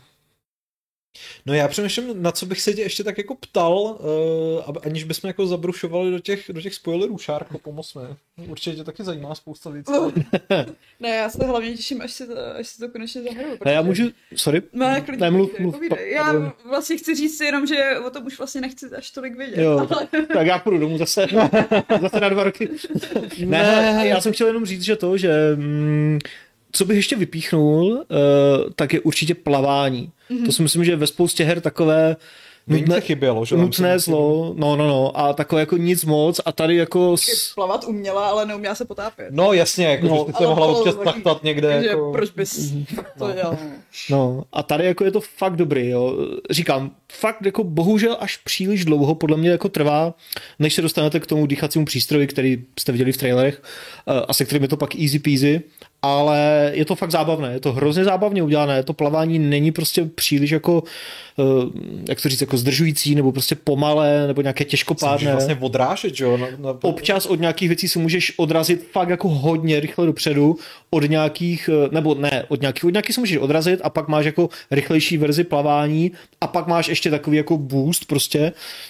No já přemýšlím, na co bych se tě ještě tak jako ptal, uh, aniž bychom jako zabrušovali do těch, do těch spoilerů, Šárko, pomoz mi. Určitě tě taky zajímá spousta věcí. No. Ne, já se hlavně těším, až si to, až si to konečně zahraju. Ne, já můžu, sorry, no, jako ne, mluv, mluv, mluv, já vlastně chci říct jenom, že o tom už vlastně nechci až tolik vědět. Jo, ale... tak já půjdu domů zase, zase na dva roky. Ne, ne, já jsem chtěl jenom říct, že to, že... Mm, co bych ještě vypíchnul, uh, tak je určitě plavání. Mm-hmm. To si myslím, že ve spoustě her takové nutné chybělo, že? Nutné zlo, no, no, no, a takové jako nic moc a tady jako... S... Plavat uměla, ale neuměla se potápět. No jasně, jako, no, že ty se mohla občas taktat někde. Takže jako... proč bys to no. dělal? No, a tady jako je to fakt dobrý, jo. Říkám, fakt jako bohužel až příliš dlouho podle mě jako trvá, než se dostanete k tomu dýchacímu přístroji, který jste viděli v trailerech a se kterým je to pak easy peasy, ale je to fakt zábavné, je to hrozně zábavně udělané, to plavání není prostě příliš jako, jak to říct, jako zdržující, nebo prostě pomalé, nebo nějaké těžkopádné. Vlastně odrážet, jo? Na, na... Občas od nějakých věcí se můžeš odrazit fakt jako hodně rychle dopředu, od nějakých, nebo ne, od nějakých, od nějakých se můžeš odrazit a pak máš jako rychlejší verzi plavání a pak máš ještě takový jako boost prostě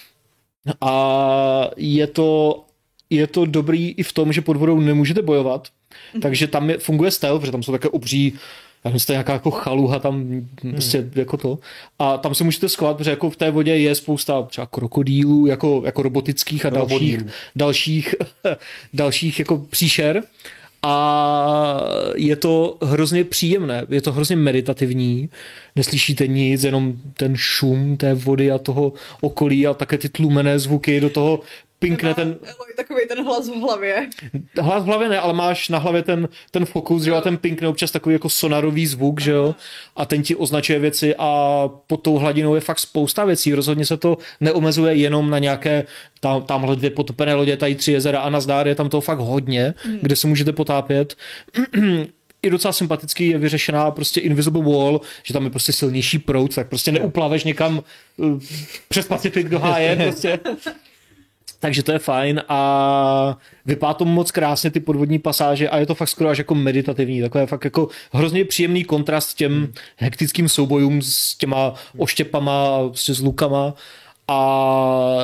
a je to, je to dobrý i v tom, že pod vodou nemůžete bojovat, mm-hmm. takže tam je, funguje stealth, protože tam jsou také obří, já myslím, nějaká jako chaluha tam hmm. prostě jako to. A tam se můžete schovat, protože jako v té vodě je spousta třeba krokodýlů, jako, jako robotických a dalších, dalších, dalších jako příšer. A je to hrozně příjemné, je to hrozně meditativní, neslyšíte nic, jenom ten šum té vody a toho okolí a také ty tlumené zvuky do toho pinkne ten... Takový ten hlas v hlavě. Hlas v hlavě ne, ale máš na hlavě ten, ten fokus, že jo, a ten pinkne občas takový jako sonarový zvuk, že jo, a ten ti označuje věci a pod tou hladinou je fakt spousta věcí, rozhodně se to neomezuje jenom na nějaké tam, tamhle dvě potopené lodě, tady tři jezera a nazdár, je tam toho fakt hodně, hmm. kde se můžete potápět. I docela sympatický je vyřešená prostě invisible wall, že tam je prostě silnější proud, tak prostě neuplaveš někam uh, přes Pacifik do háje, prostě. Takže to je fajn a vypadá to moc krásně ty podvodní pasáže a je to fakt skoro až jako meditativní, takové fakt jako hrozně příjemný kontrast těm hektickým soubojům s těma oštěpama, s lukama a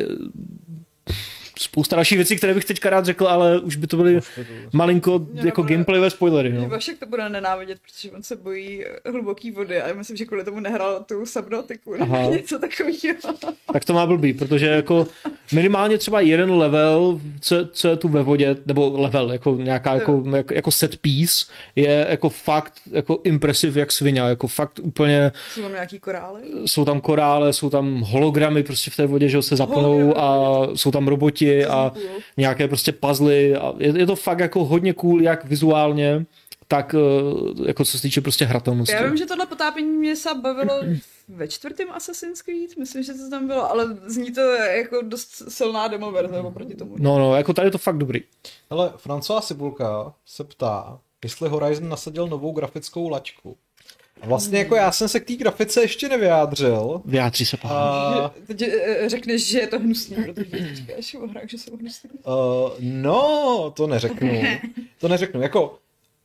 spousta dalších věcí, které bych teďka rád řekl, ale už by to byly malinko Mě jako bude, gameplayové spoilery. No. Vašek to bude nenávidět, protože on se bojí hluboký vody a já myslím, že kvůli tomu nehrál tu Subnautiku, něco takového. Tak to má blbý, protože jako minimálně třeba jeden level, co, co je tu ve vodě, nebo level, jako nějaká jako, jako, jako set piece, je jako fakt jako impresiv jak svině, jako fakt úplně... Jsou tam nějaký korály? Jsou tam korále, jsou tam hologramy prostě v té vodě, že se zapnou a jsou tam roboti a nějaké prostě puzzly a je, je to fakt jako hodně cool, jak vizuálně, tak jako co se týče prostě hratelnosti. Já vím, že tohle potápění mě se bavilo ve čtvrtém Assassin's Creed, myslím, že to tam bylo, ale zní to jako dost silná demo verze oproti tomu. No, no, jako tady je to fakt dobrý. Hele, Francová Cibulka se ptá, jestli Horizon nasadil novou grafickou laťku. A vlastně jako já jsem se k té grafice ještě nevyjádřil. Vyjádří se pán. A... Teď řekneš, že je to hnusný, protože říkáš o hrách, že jsou hnusný. Uh, no, to neřeknu. To neřeknu. Jako,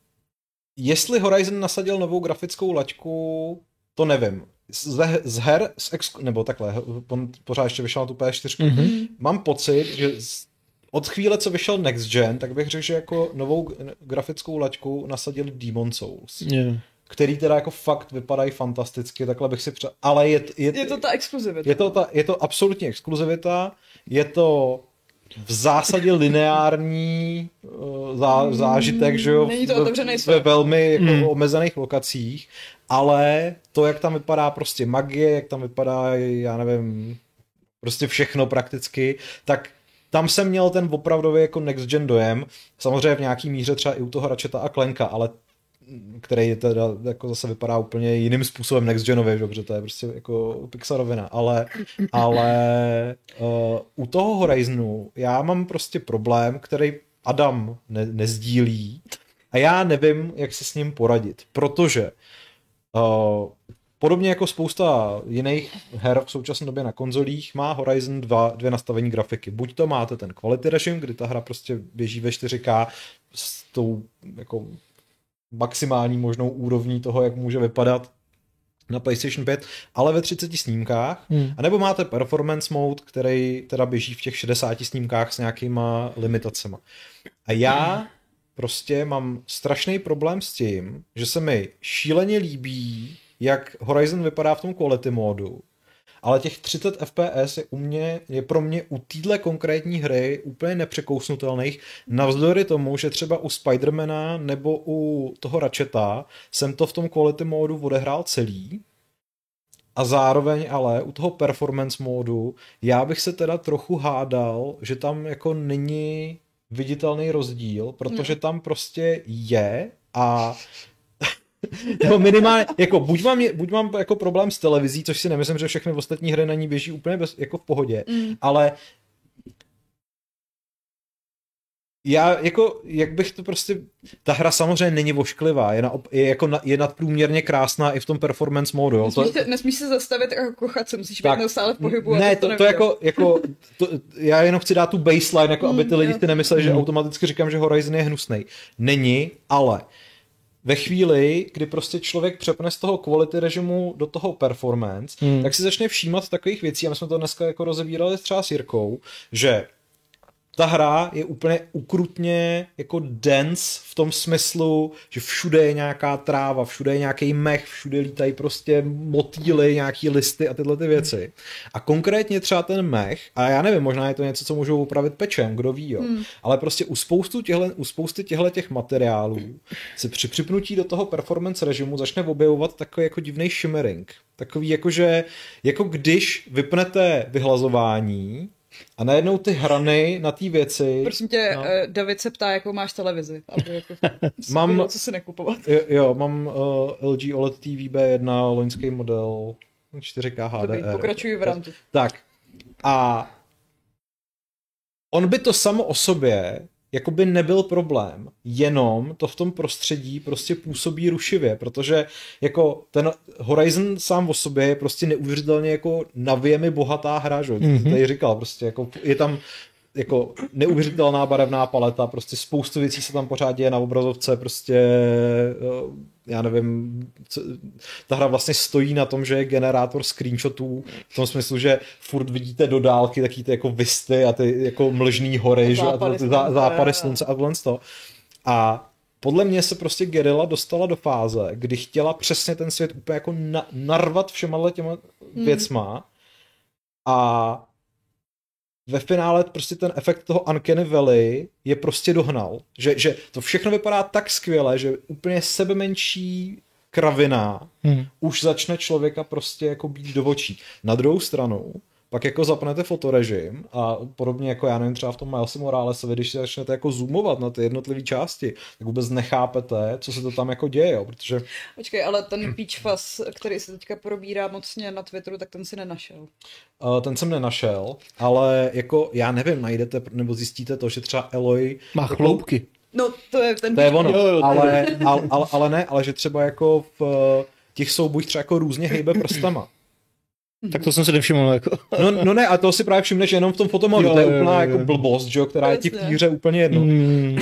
jestli Horizon nasadil novou grafickou laťku, to nevím. Z, z her, z ex, nebo takhle, pořád ještě vyšel na tu P S čtyři. Mm-hmm. Mám pocit, že z, od chvíle, co vyšel Next Gen, tak bych řekl, že jako novou grafickou laťku nasadili Demon's Souls. Yeah. Který teda jako fakt vypadají fantasticky, takhle bych si přál, ale je, je, je to ta exkluzivita. Je to, ta, je to absolutní exkluzivita, je to v zásadě lineární uh, zá, zážitek, že jo, Není to otevřený ve velmi jako mm. omezených lokacích, ale to, jak tam vypadá prostě magie, jak tam vypadá, já nevím, prostě všechno prakticky, tak tam jsem měl ten opravdový jako next gen dojem, samozřejmě v nějaký míře třeba i u toho Ratcheta a Clanka, ale který teda jako zase vypadá úplně jiným způsobem next genově, dobře, to je prostě jako Pixarovina, ale, ale uh, u toho Horizonu já mám prostě problém, který Adam ne, nezdílí a já nevím, jak se s ním poradit, protože uh, podobně jako spousta jiných her v současné době na konzolích má Horizon dva, dvě nastavení grafiky. Buď to máte ten quality režim, kdy ta hra prostě běží ve čtyři ká s tou jako maximální možnou úrovní toho, jak může vypadat na PlayStation pět, ale ve třiceti snímkách. Hmm. A nebo máte performance mode, který teda běží v těch šedesáti snímkách s nějakýma limitacema. A já prostě mám strašný problém s tím, že se mi šíleně líbí, jak Horizon vypadá v tom quality módu, ale těch třicet F P S je, u mě, je pro mě u téhle konkrétní hry úplně nepřekousnutelných, navzdory tomu, že třeba u Spidermana nebo u toho Ratcheta jsem to v tom quality módu odehrál celý A zároveň ale u toho performance módu já bych se teda trochu hádal, že tam jako není viditelný rozdíl, protože no. tam prostě je a nebo minimálně, jako buď mám, buď mám jako problém s televizí, což si nemyslím, že všechny ostatní hry na ní běží úplně bez, jako v pohodě, mm. ale já jako, jak bych to prostě, ta hra samozřejmě není vošklivá, je, na, je jako na, je nadprůměrně krásná i v tom performance modu. Jo. Nesmíš, to, nesmíš se zastavit a kochat se, musíš být neustále v pohybu. Ne, to, to, to jako, jako to, já jenom chci dát tu baseline, jako mm, aby ty lidi si nemysleli, že mm. automaticky říkám, že Horizon je hnusnej. Není, ale ve chvíli, kdy prostě člověk přepne z toho quality režimu do toho performance, mm. tak si začne všímat takových věcí, a my jsme to dneska jako rozebírali třeba s Jirkou, že ta hra je úplně ukrutně jako dense v tom smyslu, že všude je nějaká tráva, všude je nějaký mech, všude lítají prostě motýly, nějaký listy a tyhle ty věci. A konkrétně třeba ten mech, a já nevím, možná je to něco, co můžou upravit pečem, kdo ví, jo. Hmm. Ale prostě u, spoustu těhle, u spousty těchto těch materiálů se při připnutí do toho performance režimu začne objevovat takový jako divný shimmering. Takový jako, že jako když vypnete vyhlazování a najednou ty hrany na té věci... Prosím tě, no. David se ptá, jakou máš televizi, aby jako mám, bylo, co si nekupovat. Jo, jo mám uh, L G O L E D T V B jedna, loňský model čtyři K H D R. Pokračuji v rantu. Tak. A on by to samo o sobě jakoby nebyl problém, jenom to v tom prostředí prostě působí rušivě, protože jako ten Horizon sám o sobě je prostě neuvěřitelně jako navěmi bohatá hra, že? Mm-hmm. Tady říkal, prostě jako je tam jako neuvěřitelná barevná paleta, prostě spoustu věcí se tam pořád děje na obrazovce, prostě já nevím, co, ta hra vlastně stojí na tom, že je generátor screenshotů, v tom smyslu, že furt vidíte do dálky taky ty jako visty a ty jako mlžný hory, že, a ty zá, západy slunce a tohle to. A podle mě se prostě Guerrilla dostala do fáze, kdy chtěla přesně ten svět úplně jako na, narvat všema těma hmm. věcma a ve finále prostě ten efekt toho Uncanny Valley je prostě dohnal. Že, že to všechno vypadá tak skvěle, že úplně sebemenší kravina hmm. už začne člověka prostě jako být do očí. Na druhou stranu pak jako zapnete fotorežim a podobně jako já nevím, třeba v tom Milesu Moralesovi, když se začnete jako zoomovat na ty jednotlivé části, tak vůbec nechápete, co se to tam jako děje, jo, protože... Počkej, ale ten Peach Fuzz, který se teďka probírá mocně na Twitteru, tak ten si nenašel. Uh, ten jsem nenašel, ale jako já nevím, najdete nebo zjistíte to, že třeba Eloy... Má jako... chloupky. No, to je ten... To je ono, jo, jo, ale, ale, ale, ale ne, ale že třeba jako v těch soubojích třeba jako různě hejbe prstama. Tak to jsem si nevšiml. Jako. No, no ne, a to si právě všimneš jenom v tom fotomodu, to je úplná jako blbost, že, která je ti v té hře úplně jedno. Mm.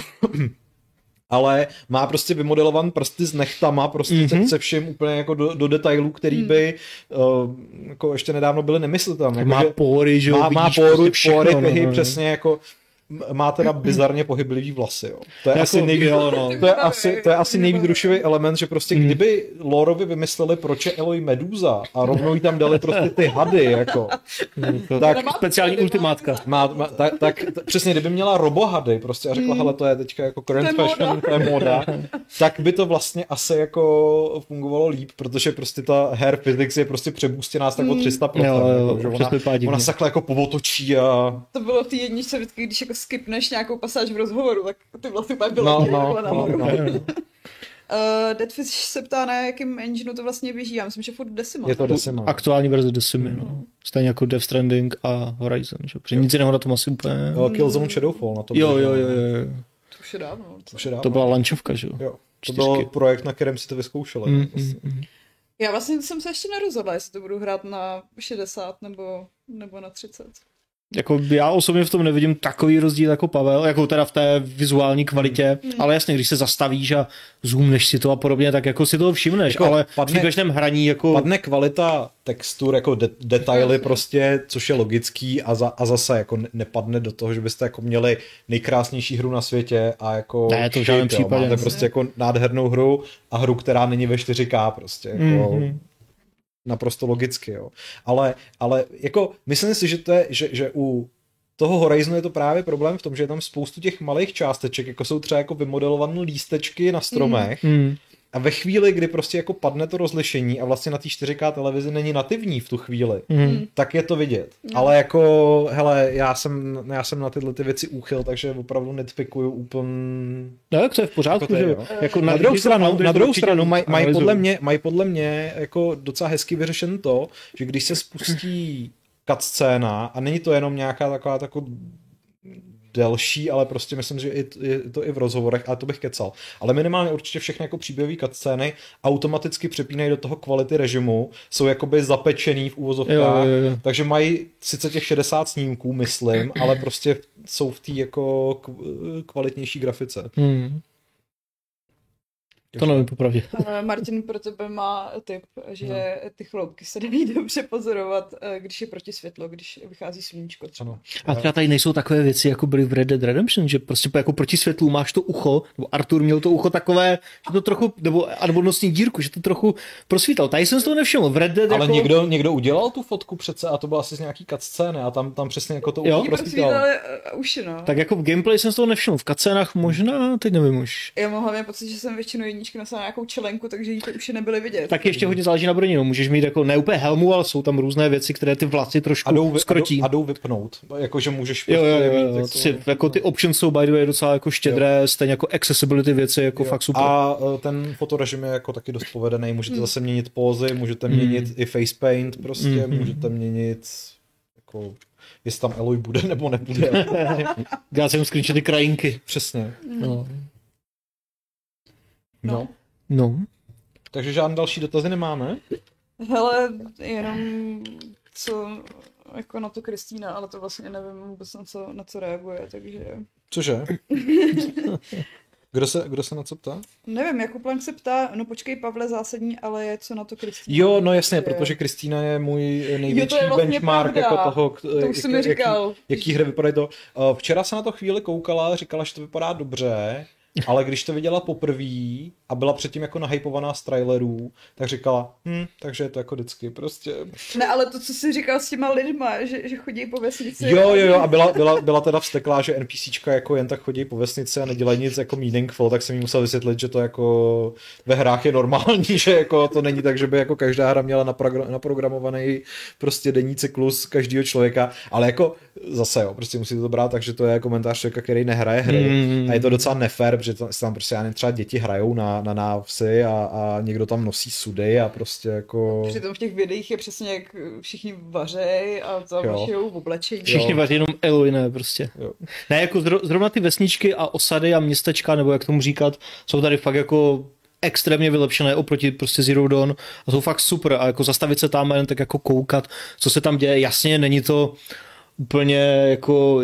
Ale má prostě vymodelovaný prsty s nechtama, prostě mm-hmm. se vším úplně jako do, do detailů, který by uh, jako ještě nedávno byly nemyslitelné. Má jako, pory, že jo, má, má pory, prostě pory, všechno, pihy, no, přesně jako má teda bizarně pohyblivý vlasy, jo. To je jako, asi nejvíc, jo, no. to je asi, to je asi nejvíc rušivý element, že prostě hmm. kdyby Lorovi vymysleli, proč je Eloy medúza a rovnou jí tam dali prostě ty hady, jako. To tak speciální ultimátka. Má, má, tak, tak t- přesně, kdyby měla robohady prostě a řekla, hmm. hele, to je teďka jako current to fashion, to je móda, tak by to vlastně asi jako fungovalo líp, protože prostě ta hair physics je prostě přebůstěná tak o tři sta procent. Jo, jo, jako, že ona, ona se takhle jako povotočí a... To bylo v té jedničce vždycky, když jako skipneš nějakou pasáž v rozhovoru, tak ty vlastně pak bylo no, no, no, no. uh, Deadfish se ptá, na jakém engineu to vlastně běží. Já myslím, že furt Decima. Je to Decima. Aktuální verze Decimy, no. Stejně jako Death Stranding a Horizon, že? Protože nic jiného na tom asi úplně... Jo, Killzone Shadowfall na tom. Jo, jo, jo, jo. To už je dávno. To, už je dávno. To byla lančovka, že jo? Jo. To byl projekt, na kterém si to vyzkoušeli. Mm, mm, mm. Já vlastně jsem se ještě nerozhodla, jestli to budu hrát na šedesát nebo, nebo na třicet. Jako já osobně v tom nevidím takový rozdíl jako Pavel, jako teda v té vizuální kvalitě, mm. ale jasně, když se zastavíš a zoomneš si to a podobně, tak jako si toho všimneš, jako ale padne, při každém hraní jako... Padne kvalita textur, jako de- detaily prostě, což je logický a, za, a zase jako nepadne do toho, že byste jako měli nejkrásnější hru na světě a jako... Ne, to v žádném případě. Máte prostě jako nádhernou hru a hru, která není ve čtyři ká prostě, jako... Mm-hmm. Naprosto logicky, jo. Ale, ale jako myslím si, že to je, že, že u toho Horizonu je to právě problém v tom, že je tam spoustu těch malých částeček, jako jsou třeba jako vymodelované lístečky na stromech, mm. A ve chvíli, kdy prostě jako padne to rozlišení a vlastně na té čtyři ká televizi není nativní v tu chvíli, mm. tak je to vidět. Mm. Ale jako, hele, já jsem, já jsem na tyhle ty věci úchyl, takže opravdu netpikuju úplně... No, jak to je v pořádku, jako že jako na, na druhou stranu, na druhou stranu mají maj podle mě, maj podle mě jako docela hezky vyřešen to, že když se spustí cutscéna a není to jenom nějaká taková taková delší, ale prostě myslím, že i, je to i v rozhovorech, ale to bych kecal. Ale minimálně určitě všechny jako příběhové cutscény automaticky přepínají do toho kvality režimu, jsou jakoby zapečený v uvozovkách, jo, jo, jo. Takže mají sice těch šedesát snímků, myslím, ale prostě jsou v té jako kvalitnější grafice. Hmm. To nevím popravdě. Martin pro tebe má tip, že no. ty chloupky se dají dobře pozorovat, když je proti světlo, když vychází sluníčko třeba. A třeba tady nejsou takové věci, jako byly v Red Dead Redemption, že prostě jako proti světlu máš to ucho, nebo Artur měl to ucho takové, že to trochu, nebo nebo nosní dírku, že to trochu prosvítal. Tady jsem z toho nevšiml. V Red Dead ale jako... někdo, někdo udělal tu fotku přece a to bylo asi z nějaký cutscény a tam, tam přesně jako to ucho prosvítalo. Uši, no. Tak jako v gameplay jsem z toho nevšiml. V cutscénách možná, teď nevím už. Já mám hlavně pocit, že jsem většinou jedničky nosila nějakou čelenku, takže jí to už nebyly vidět. Tak ještě hodně záleží na brně, no. Můžeš mít jako ne úplně helmu, ale jsou tam různé věci, které ty vlasy trošku a jdou, skrotí. A jdou vypnout, jakože můžeš jo, jo, jo, jo. Jako... Si, jako ty options jsou by the way docela jako štědré, jo. Stejně jako accessibility věci, jako jo. Fakt super. A ten fotorežim je jako taky dost povedený, můžete hmm. zase měnit pózy, můžete hmm. měnit i face paint prostě, hmm. můžete měnit jako jestli tam Eloy bude nebo nebude. Já jsem screenshoty krajinky. Přesně. No. No. No. Takže žádné další dotazy nemáme? Hele, jenom co jako na to Kristýna, ale to vlastně nevím vůbec na co, na co reaguje, takže... Cože? Kdo se, kdo se na co ptá? Nevím, Jakub Plank se ptá, no počkej Pavle, zásadní, ale je co na to Kristýna. Jo, no jasně, je... protože Kristýna je můj největší jo, vlastně benchmark pravda. Jako toho, k, to už jak, mi říkal. Jaký, jaký hry vypadají to. Včera se na to chvíli koukala, říkala, že to vypadá dobře, ale když to viděla poprvé a byla předtím jako nahypovaná z trailerů, tak říkala, hm, takže je to jako vždycky prostě. Ne, ale to, co jsi říkal s těma lidma, že, že chodí po vesnici. Jo, jo, jo, a byla, byla, byla teda vzteklá, že NPCčka jako jen tak chodí po vesnici a nedělají nic jako meaningful, tak jsem jí musel vysvětlit, že to jako ve hrách je normální, že jako to není tak, že by jako každá hra měla naprogram, naprogramovaný prostě denní cyklus každého člověka, ale jako zase jo, prostě musíte to brát, takže to je komentář člověka, který nehraje hry mm. a je to docela nefér, protože tam prostě já nevím, třeba děti hrajou na, na návsi a, a někdo tam nosí sudy a prostě jako... Přitom v těch videích je přesně jak všichni vařej a tam vašijou v oblečení. Všichni vaří jenom Eloy, ne prostě. Jo. Ne, jako zrovna ty vesničky a osady a městečka, nebo jak tomu říkat, jsou tady fakt jako extrémně vylepšené oproti prostě Zero Dawn a jsou fakt super a jako zastavit se tam jen tak jako koukat, co se tam děje, jasně není to úplně jako,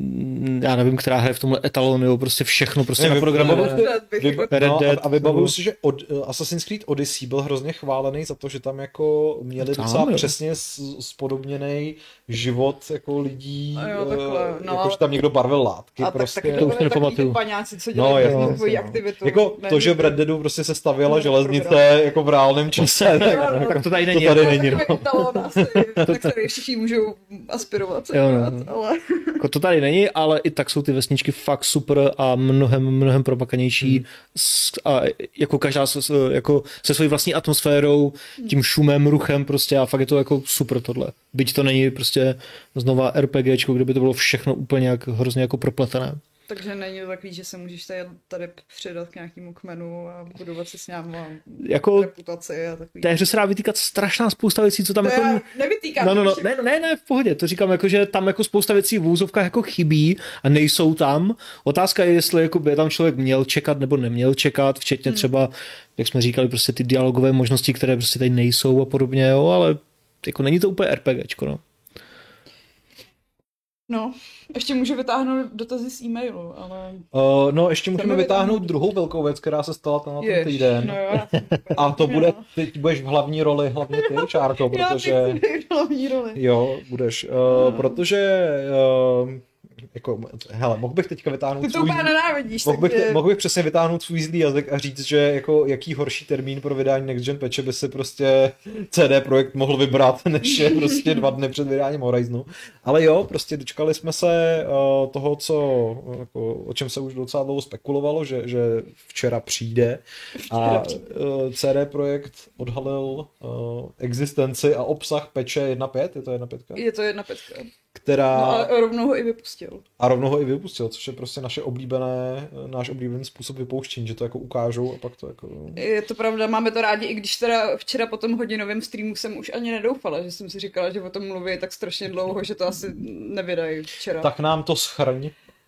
já nevím, která hra je v tomhle etalonu, jo, prostě všechno, prostě naprogramovat. No, a vybavuju si, že od, Assassin's Creed Odyssey byl hrozně chválený za to, že tam jako měli tam, docela jo. přesně spodobněný život jako lidí, jo, takhle, no. jako že tam někdo barvil látky. A prostě. tak, tak to byly takový ty paňáci, co dělají no, no, svoji aktivitu. Jako ne, to, že v Red Deadu prostě se stavěla železnice jako v reálném čase. Tak to tady není. To tady není, no. Tak tady všichni můžou aspirovat. Ale... Jako to tady není, ale i tak jsou ty vesničky fakt super a mnohem, mnohem propakanější hmm. a jako každá se, jako se svojí vlastní atmosférou, tím šumem, ruchem prostě a fakt je to jako super tohle. Byť to není prostě znova RPGčko, kde by to bylo všechno úplně jak, hrozně jako propletené. Takže není to takový, že se můžeš tady, tady přidat k nějakému kmenu a budovat si s náma jako reputaci a takový. Té hře se dá vytýkat strašná spousta věcí, co tam to jako... Já nevytýkám. No, no, no, ne, ne, ne, v pohodě, to říkám jako, že tam jako spousta věcí v úzovkách jako chybí a nejsou tam. Otázka je, jestli jako by tam člověk měl čekat nebo neměl čekat, včetně hmm. třeba, jak jsme říkali, prostě ty dialogové možnosti, které prostě tady nejsou a podobně, jo, ale jako není to úplně RPGčko, no. No, ještě můžu vytáhnout dotazy z e-mailu, ale... Uh, no, ještě můžeme vytáhnout druhou velkou věc, která se stala na ten Jež, týden. No jo, a to bude, ty budeš v hlavní roli, hlavně ty, Čárko, protože... Já v hlavní roli. Jo, budeš, uh, no. protože uh, Jako, hele, mohl bych teďka vytáhnout Ty to svůj... úplně nenávidíš. Mohl bych, takže... mohl bych přesně vytáhnout svůj zlý jazyk a říct, že jako jaký horší termín pro vydání Next Gen patche by si prostě C D Projekt mohl vybrat, než je prostě dva dny před vydáním Horizonu. Ale jo, prostě dočkali jsme se uh, toho, co, jako, o čem se už docela dlouho spekulovalo, že, že včera přijde. A uh, C D Projekt odhalil uh, existenci a obsah patche jedna tečka pět, je to jedna tečka pět? Je to jedna pětka. Která... No a rovnou ho i vypustil. A rovnou ho i vypustil, což je prostě naše oblíbené, náš oblíbený způsob vypouštění, že to jako ukážou a pak to jako... Je to pravda, máme to rádi, i když teda včera po tom hodinovém streamu jsem už ani nedoufala, že jsem si říkala, že o tom mluví tak strašně dlouho, že to asi nevydají včera. Tak nám to schrň.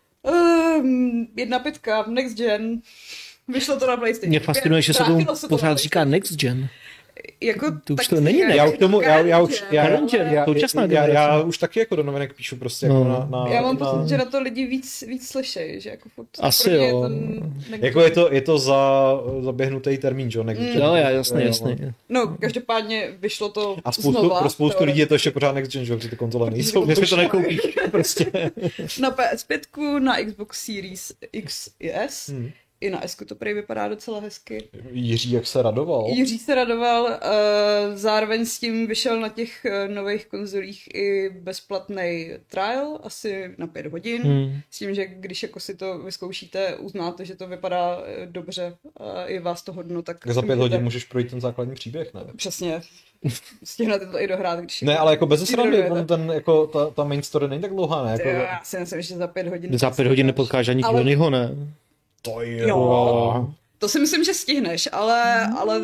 Um, jedna pětka, Next Gen. Vyšlo to na PlayStation. Mě fascinuje, že se tomu pořád říká Next Gen. Jako, to už to není, ne? Já už tomu, já, já už, já, já, já, já, já už taky jako do novinek píšu prostě no. jako na, na... Já mám na... pocit, že na to lidi víc, víc slyšejí, že jako furt... Asi jo. Je jako je to, je to za, zaběhnutý termín, že jo? Mm. Jo, já, jasně, jasně. No, každopádně vyšlo to a spoustu, znova. pro spoustu lidí je to ještě pořád Next Gen, že jo? Protože ty konzole nejsou. Když mi to nekoupíš, prostě. Na P S pět, na Xbox Series X i S, hmm. i na S to prý vypadá docela hezky. Jiří, jak se radoval. Jiří se radoval, uh, zároveň s tím vyšel na těch uh, nových konzolích i bezplatný trial, asi na pět hodin, hmm. s tím, že když jako si to vyzkoušíte, uznáte, že to vypadá uh, dobře a uh, je vás to hodno, tak... Tak za pět hodin můžeš projít ten základní příběh, ne? Přesně. Stihnete to i dohrát, když... Ne, ale jako bez srandy, ten, jako, ta, ta main story není tak dlouhá, ne? Jako... Já si myslím, že za pět hodin... Za pět hodin nepotkáš ani ale... Johnnyho, ne? To jo. jo. To si myslím, že stihneš, ale, ale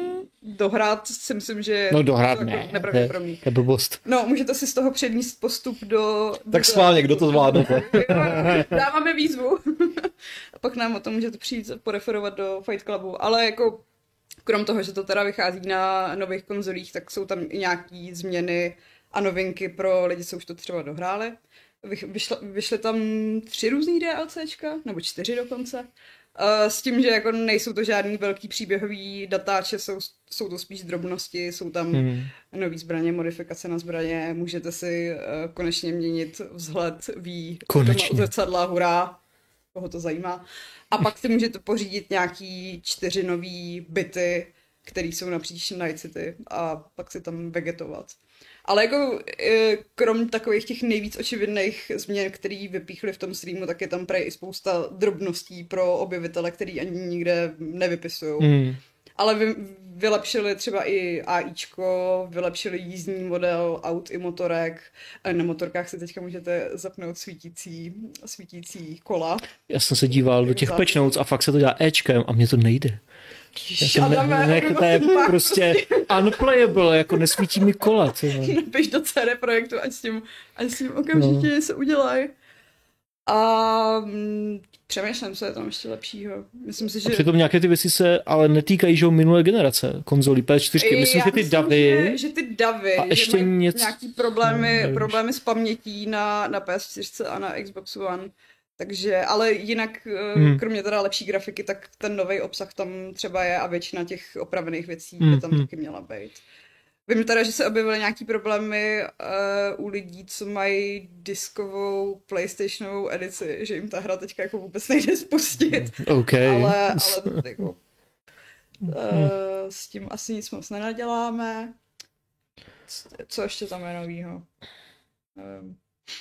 dohrát si myslím, že no dohrát to ne, jako nepravděpodobný. To je blbost. No, můžete si z toho předníst postup do... Tak do schválně, kdo to zvládnete. Dáváme výzvu. A pak nám o tom můžete přijít poreferovat do Fight Clubu, ale jako krom toho, že to teda vychází na nových konzolích, tak jsou tam i nějaký změny a novinky pro lidi, co už to třeba dohráli. Vyšly, vyšly tam tři různý DLCčka, nebo čtyři dokonce. Uh, s tím, že jako nejsou to žádný velký příběhový datáče, jsou, jsou to spíš drobnosti, jsou tam hmm. nový zbraně, modifikace na zbraně, můžete si uh, konečně měnit vzhled, ví, doma u zrcadla, hurá, koho to zajímá. A pak si můžete pořídit nějaký čtyři nový byty, které jsou napříč Night City a pak si tam vegetovat. Ale jako krom takových těch nejvíc očividných změn, který vypíchli v tom streamu, tak je tam prej i spousta drobností pro objevitele, který ani nikde nevypisujou. Mm. Ale vy, vylepšili třeba i AIčko, vylepšili jízdní model aut i motorek. Na motorkách si teďka můžete zapnout svítící, svítící kola. Já jsem se díval do těch patch notes a fakt se to dělá Ečkem a mně to nejde. Já jsem ne, ne, to je prostě unplayable, jako nesvítí mi kola. Napiš do C D Projektu, ať s tím, ať s tím okamžitě no. se udělají. A mm, přemýšlím, co je tam ještě lepšího. Myslím si, že... A přitom nějaké ty věci se ale netýkají, že minulé generace konzolí P S čtyři. Myslím, Já že ty myslím, davy... Že, že ty davy, a ještě že mají něco... nějaký problémy, no, problémy s pamětí na, na P S čtyři a na Xbox One. Takže, ale jinak, hmm. kromě teda lepší grafiky, tak ten nový obsah tam třeba je a většina těch opravených věcí hmm. by tam hmm. taky měla být. Vím teda, že se objevily nějaký problémy uh, u lidí, co mají diskovou PlayStationovou edici, že jim ta hra teďka jako vůbec nejde spustit. Okay. Ale, ale jako, uh, s tím asi nic moc nenaděláme. Co ještě tam je novýho? Um,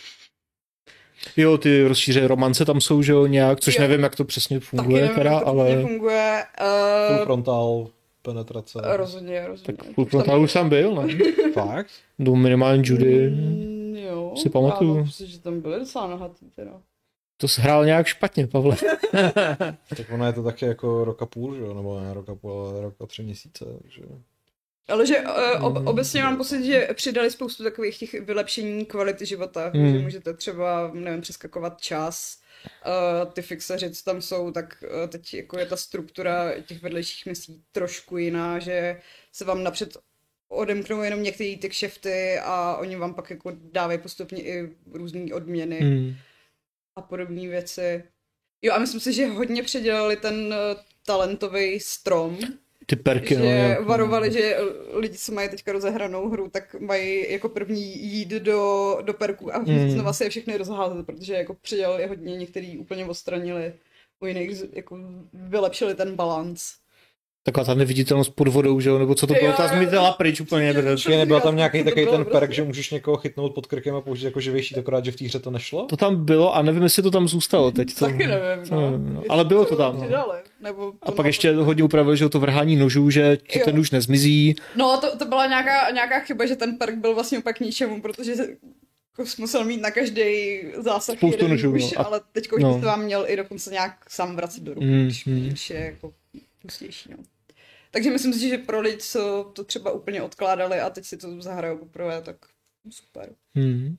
Jo, ty rozšířené romance tam jsou, že jo, nějak, což jo. nevím, jak to přesně funguje, nevím, teda, jak to ale... funguje. Uh... Full frontal penetrace. Rozhodně, rozhodně. Tak full frontal už tam byl, ne? Fakt? Do minimálně Judy, mm, jo, si pamatuju. Já myslím, že tam byly docela nahatý, teda. To jsi hrál nějak špatně, Pavle. Tak ono je to taky jako rok a půl, že jo, nebo ne rok a půl, ale rok a tři měsíce, takže... Ale že ob, obecně mám pocit, že přidali spoustu takových těch vylepšení kvality života, mm. že můžete třeba, nevím, přeskakovat čas, uh, ty fixaři, co tam jsou, tak uh, teď jako je ta struktura těch vedlejších misí trošku jiná, že se vám napřed odemknou jenom některé ty kšefty a oni vám pak jako dávají postupně i různé odměny mm. a podobné věci. Jo a myslím si, že hodně předělali ten uh, talentový strom. ty perky, že no, jak... varovali, že lidi, co mají teďka rozehranou hru, tak mají jako první jít do, do perků a mm. znova si je všechny rozházet, protože jako přidělali hodně, některý úplně odstranili, u jiných jako vylepšili ten balans. Taková ta neviditelnost pod vodou, že jo, nebo co to bylo, ta zmizela pryč úplně. Určitě nebyl tam nějaký takový ten perk, že můžeš někoho chytnout pod krkem a použít jako živější, akorát, že v té hře to nešlo? To tam bylo a nevím, jestli to tam zůstalo teď. To, taky nevím, no. no. Ale bylo to tam. Přidali, nebo a pak ještě hodně upravili, že to vrhání nožů, že ten nůž nezmizí. No to, to byla nějaká, nějaká chyba, že ten perk byl vlastně úplně k ničemu, protože jsi musel mít na každý zásah spoustu jeden nožů, nůž, no. ale teď už no. bys vám měl i dokonce nějak sám vracet do ruky, mm, když, mm. když je jako pustější, no. Takže myslím si, že pro lidi, co to třeba úplně odkládali a teď si to zahrajou poprvé, tak super. Hmm.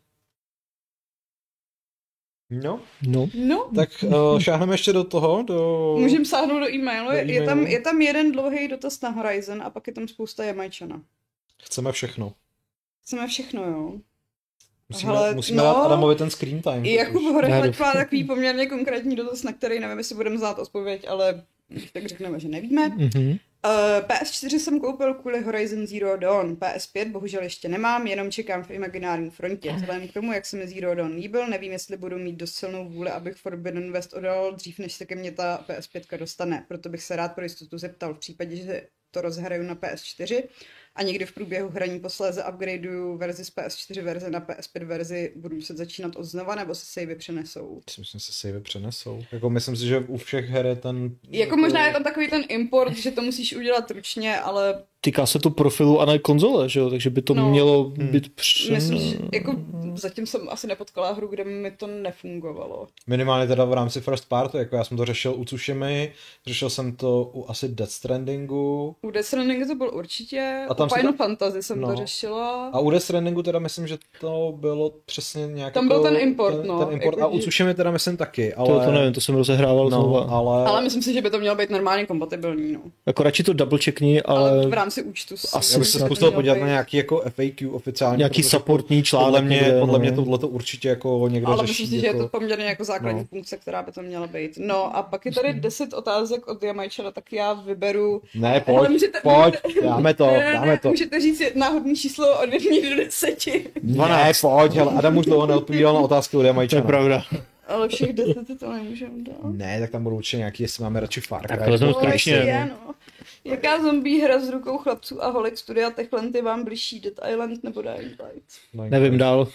No. no. No. Tak uh, šáhneme ještě do toho, do... Můžeme sáhnout do e-mailu. Do je, e-mailu. Je, tam, je tam jeden dlouhý dotaz na Horizon a pak je tam spousta Jamajčana. Chceme všechno. Chceme všechno, jo. Musíme, Hele, musíme no, dát Adamovi ten screen time. Jakub Horech má takový poměrně konkrétní dotaz, na který nevím, jestli budeme znát odpověď, ale tak řekneme, že nevíme. Mm-hmm. Uh, P S čtyři jsem koupil kvůli Horizon Zero Dawn. P S pět bohužel ještě nemám, jenom čekám v imaginární frontě. Vzhledem k tomu, jak se mi Zero Dawn líbil, nevím, jestli budu mít dost silnou vůli, abych Forbidden West odal dřív, než se ke mně ta P S pět dostane. Proto bych se rád pro jistotu zeptal v případě, že to rozhraju na P S čtyři a někdy v průběhu hraní posléze upgradeuju verzi z P S čtyři verze na P S pět verzi, budu muset začínat od znova, nebo se savey přenesou? Myslím, že se savey přenesou. Jako myslím si, že u všech her je ten... Jako, jako možná je tam takový ten import, že to musíš udělat ručně, ale... Týká se to profilu a ne konzole, že jo? Takže by to no, mělo být... Přen... Myslím, že jako zatím jsem asi nepotkala hru, kde mi to nefungovalo. Minimálně teda v rámci First Party, jako já jsem to řešil u Tsushimy, řešil jsem to u asi Death Strandingu. U Death Strandingu to byl určitě, a tam u Final to... Fantasy jsem no. to řešila. A u Death Strandingu teda myslím, že to bylo přesně nějak tam jako... byl ten import, ten, no. Ten import. Jako, a u Tsushimy teda myslím taky, ale... To, to nevím, to jsem rozehrával no, znovu. ale... ale myslím si, že by to mělo být normálně kompatibilní, no. Jako radši to double checkni, ale... ale v rámci účtu asi já bych se zkusil podívat na nějaký jako F A Q oficiální. Nějaký supportní článek. Podle mě, někde, podle no. mě tohleto určitě jako někdo ale řeší. Ale myslím si, jako... že je to poměrně jako základní no. funkce, která by to měla být. No a pak je tady deset otázek od Jamajčana, tak já vyberu... Ne, pojď, hele, můžete, pojď, můžete... dáme to, ne, dáme to. Můžete říct náhodný číslo od jedné do deseti. dvanáct, pojď, hele, Adam už dlouho neodpovídal na otázky od Jamajčana. To je pravda. Ale všech deset to nemůžeme dát. Ne, tak tam budou určitě nějaký, jestli máme radši Far Cry. Tak to no, strašně, je, no. Jaká zombie hra s rukou chlapců a holek studia Techland je vám bližší, Dead Island nebo Dying Light? Dying Nevím Light. dál.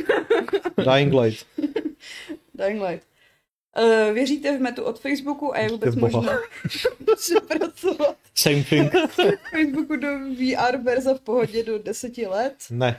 Dying Light. Dying Light. Uh, věříte v metu od Facebooku a je vůbec možné pracovat Same thing. Facebooku do V R verze v pohodě do deseti let? Ne.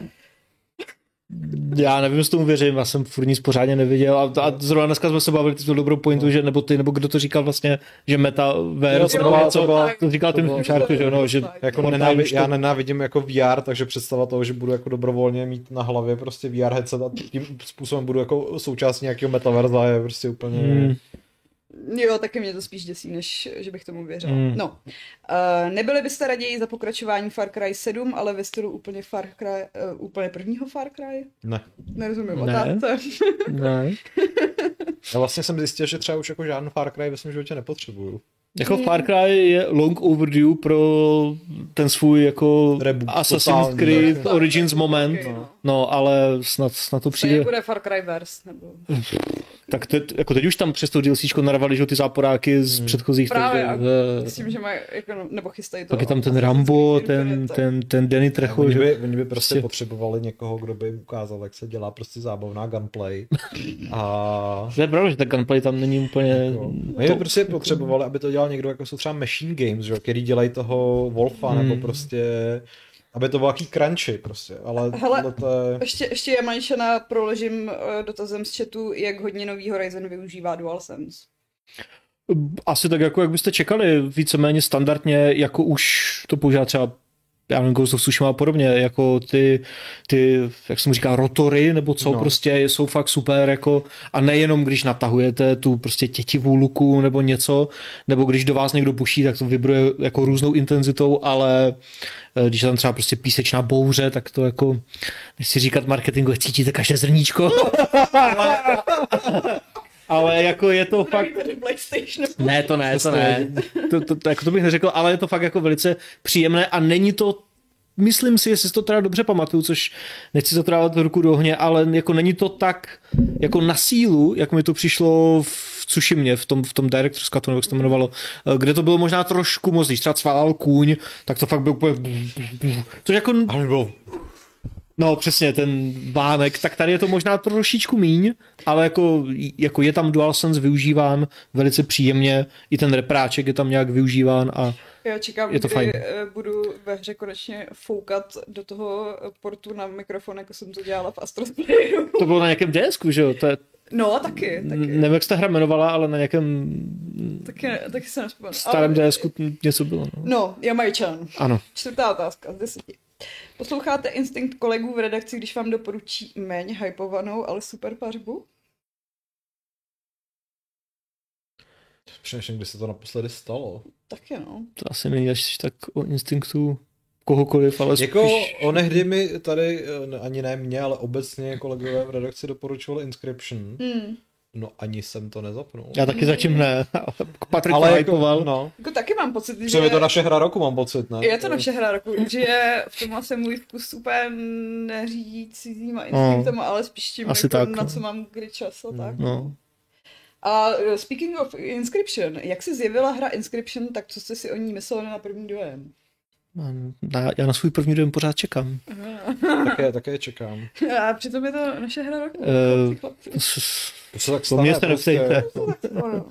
Já nevím, jestli tomu věřím, já jsem furt nic pořádně neviděl a, a zrovna dneska jsme se bavili tu dobrou pointu, že nebo ty, nebo kdo to říkal vlastně, že metaverse, nebo něco, to, bylo, to říkal tím Šárku, že no, že jako nenávidím, já nenávidím jako V R, takže představa toho, že budu jako dobrovolně mít na hlavě prostě V R headset a tím způsobem budu jako součástí nějakého metaverza je prostě úplně... Hmm. Jo, taky mě to spíš děsí, než že bych tomu věřila. Mm. No, uh, nebyli byste raději za pokračování Far Cry sedm, ale ve stylu úplně Far Cry, uh, úplně prvního Far Cry? Ne. Nerozumím otázce. Ne. Já vlastně jsem zjistil, že třeba už jako žádný Far Cry ve svém životě nepotřebuju. Jako Far Cry je long overdue pro ten svůj jako Reboot, Assassin's Creed ne. Origins moment, okay, no. no ale snad, snad to přijde. To bude Far Cry verse, nebo... Tak te, jako teď už tam přes to DLCčko narvali, že ty záporáky z hmm. předchozích. Právě, takže, s tím, že mají, jako, nebo chystají to. Pak je tam ten Rambo, ten, ten, ten Danny Trejo. Oni by, oni by prostě potřebovali někoho, kdo by ukázal, jak se dělá prostě zábavná gunplay. A... To je pravda, že ta gunplay tam není úplně... Jako, my by prostě potřebovali, aby to dělal někdo, jako jsou třeba Machine Games, že, který dělají toho Wolfa, hmm. nebo prostě... Aby to bylo jaký crunchy prostě, ale... Hele, to je... ještě, ještě Jamajčana proložím dotazem z chatu, jak hodně nový Horizon využívá DualSense. Asi tak, jako jak byste čekali, víceméně standardně, jako už to používá třeba já nevím, Ghost of Tsushima a podobně, jako ty, ty, jak se mu říká, rotory, nebo co, no. Prostě jsou fakt super, jako, a nejenom když natahujete tu prostě tětivou luku nebo něco, nebo když do vás někdo buší, tak to vibruje jako různou intenzitou, ale když je tam třeba prostě písečná bouře, tak to jako, když si říkat marketingu, cítíte každé zrníčko. ale jako je to fakt... PlayStation. Ne, to ne, to ne. To, to, to, jako to bych neřekl, ale je to fakt jako velice příjemné a není to, myslím si, jestli si to teda dobře pamatuju, což nechci zatrávat ruku do ohně, ale jako není to tak jako na sílu, jak mi to přišlo v Tsushimě, v tom, v tom Director's Cutu, nebo jak se to jmenovalo, kde to bylo možná trošku moc, když třeba cválal kůň, tak to fakt byl úplně... Což jako... Ale bylo... No přesně, ten vánek, tak tady je to možná trošičku míň, ale jako, jako je tam DualSense využíván velice příjemně, i ten repráček je tam nějak využíván a Já čekám, je to kdy fajn. budu ve hře konečně foukat do toho portu na mikrofon, jako jsem to dělala v Astro's Playroom. To bylo na nějakém DSku, že jo? To je... No, taky, taky. Nevím, jak se ta hra jmenovala, ale na nějakém Taky, taky se nespomenu. starém ale... DSku něco bylo. No, no Jamajčan. ano. Čtvrtá otázka z deseti. Posloucháte instinkt kolegů v redakci, když vám doporučí méně hypovanou, ale super pařbu? Přemýšlím, kdy se to naposledy stalo. Taky no. To asi není až tak o instinktu kohokoliv, ale jako spíš... onehdy mi tady, ani ne mě, ale obecně kolegové v redakci doporučovali Inscription. Hmm. No ani jsem to nezapnul. Já taky zatím ne, ale Patrik ale to jako, hypoval. no. Jako taky mám pocit, že... Třeba je to naše hra roku, mám pocit, ne? Je to naše hra roku, že v tomhle se můj vkus úplně neřídí cizíma instinktama, no, ale spíš tím, asi jako, tak, na no. co mám kdy čas a tak. No. A uh, speaking of Inscription, jak se zjevila hra Inscription, tak co jste si o ní mysleli na první dojem? Já, já na svůj první dojem pořád čekám. také, také čekám. A přitom je to naše hra roku. Uh, chlapci, To se tak po mě stane, jste neptejte. prostě.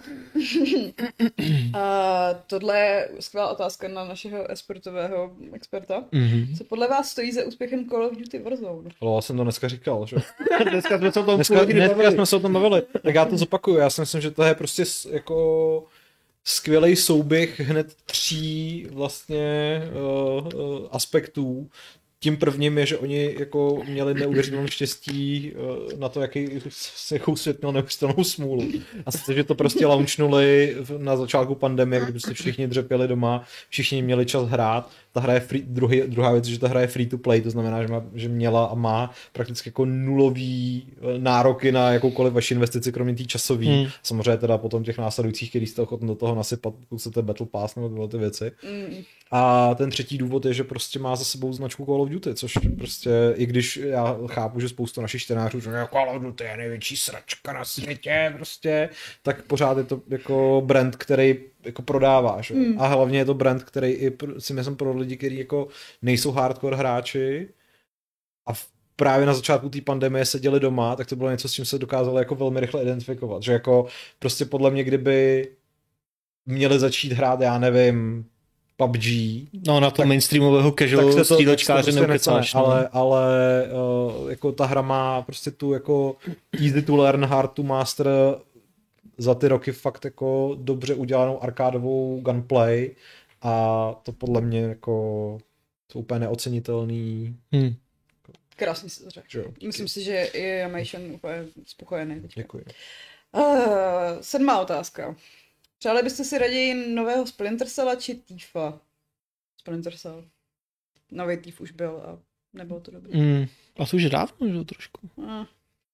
A tohle je skvělá otázka na našeho esportového experta. Mm-hmm. Co podle vás stojí za úspěchem Call of Duty Warzone? Ale já jsem to dneska říkal, že? Dneska jsme se o tom Dneska, dneska jsme se o tom bavili. Tak já to zopakuju. Já si myslím, že to je prostě s- jako skvělý souběh hned tří vlastně uh, uh, aspektů. Tím prvním je, že oni jako měli neuvěřitelné štěstí uh, na to, jaký, jakou svět měl neustálenou smůlu. A sice, že to prostě launchnuli na začátku pandemie, kdy prostě všichni dřepěli doma, všichni měli čas hrát. Ta hra je free, druhý, druhá věc, že ta hra je free to play, to znamená, že, má, že měla a má prakticky jako nulový nároky na jakoukoliv vaši investici, kromě té časové. Hmm. Samozřejmě teda potom těch následujících, který jste ochotni do toho nasypat, pokud chcete Battle Pass nebo tyhle ty věci. Hmm. A ten třetí důvod je, že prostě má za sebou značku Call of Duty, což prostě, i když já chápu, že spoustu našich čtenářů že Call of Duty je největší sračka na světě, prostě, tak pořád je to jako brand, který jako prodáváš. Mm. A hlavně je to brand, který i si myslím pro lidi, kteří jako nejsou hardcore hráči a v, právě na začátku té pandemie seděli doma, tak to bylo něco, s čím se dokázali jako velmi rychle identifikovat. Že jako prostě podle mě, kdyby měli začít hrát, já nevím, P U B G. No na to tak, mainstreamového casual střílečkáře prostě neukecáš. No. Ale, ale uh, jako ta hra má prostě tu jako easy to learn, hard to master za ty roky fakt jako dobře udělanou arkádovou gunplay a to podle mě jako to úplně neocenitelný. Hmm. Krásně si to řekl. Myslím si, že i Jamajčan úplně spokojený. Teďka. Děkuji. Uh, sedmá otázka. Přáli byste si raději nového Splinter Cella či Thiefa? Splinter Cell. Nový Thief už byl a nebylo to dobré. Mm, a to už dávno, že trošku. Uh.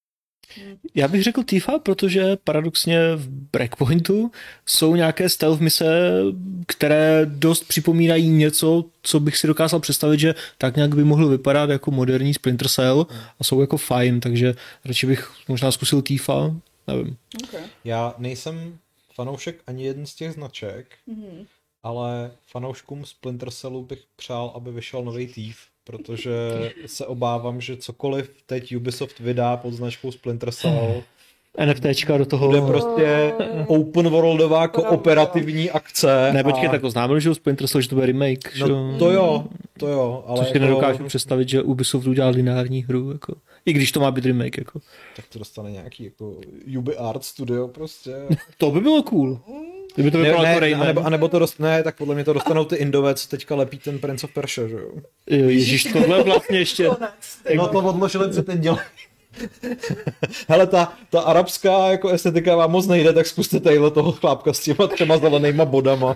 Já bych řekl Thiefa, protože paradoxně v Breakpointu jsou nějaké stealth mise, které dost připomínají něco, co bych si dokázal představit, že tak nějak by mohlo vypadat jako moderní Splinter Cell a jsou jako fajn, takže radši bych možná zkusil Thiefa, nevím. Okay. Já nejsem fanoušek ani jeden z těch značek, mm-hmm. ale fanouškům Splinter Cellu bych přál, aby vyšel nový Thief, protože se obávám, že cokoliv teď Ubisoft vydá pod značkou Splinter Cell NFTčka do toho. Bude prostě open worldová kooperativní akce. Ne, počkej, a... tak oznámil, že Splinter Cell, že to bude remake. No, to jo, to jo. Ale což si jako... nedokážu představit, že Ubisoft udělal lineární hru, jako. I když to má být remake, jako. Tak to dostane nějaký jako Ubi Art Studio prostě. To by bylo cool. Kdyby to ne, vypadalo ne, jako Rayman. Anebo, anebo to dost, ne, tak podle mě to dostanou ty Indové, co teďka lepí ten Prince of Persia, že jo? Ježíš, tohle vlastně ještě... No to odložili, co teď dělají. Hele, ta, ta arabská jako estetika vám moc nejde, tak zkuste tadyhle toho chlápka s těma třema zelenýma bodama.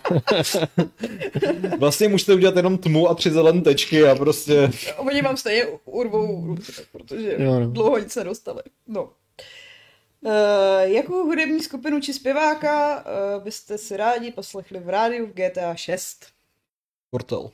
Vlastně můžete udělat jenom tmu a tři zelené tečky a prostě... Oni vám stejně urvou ruce, protože jo, no. dlouho nic nedostali. No. Uh, jakou hudební skupinu či zpěváka uh, byste si rádi poslechli v rádiu v G T A šest? Portal.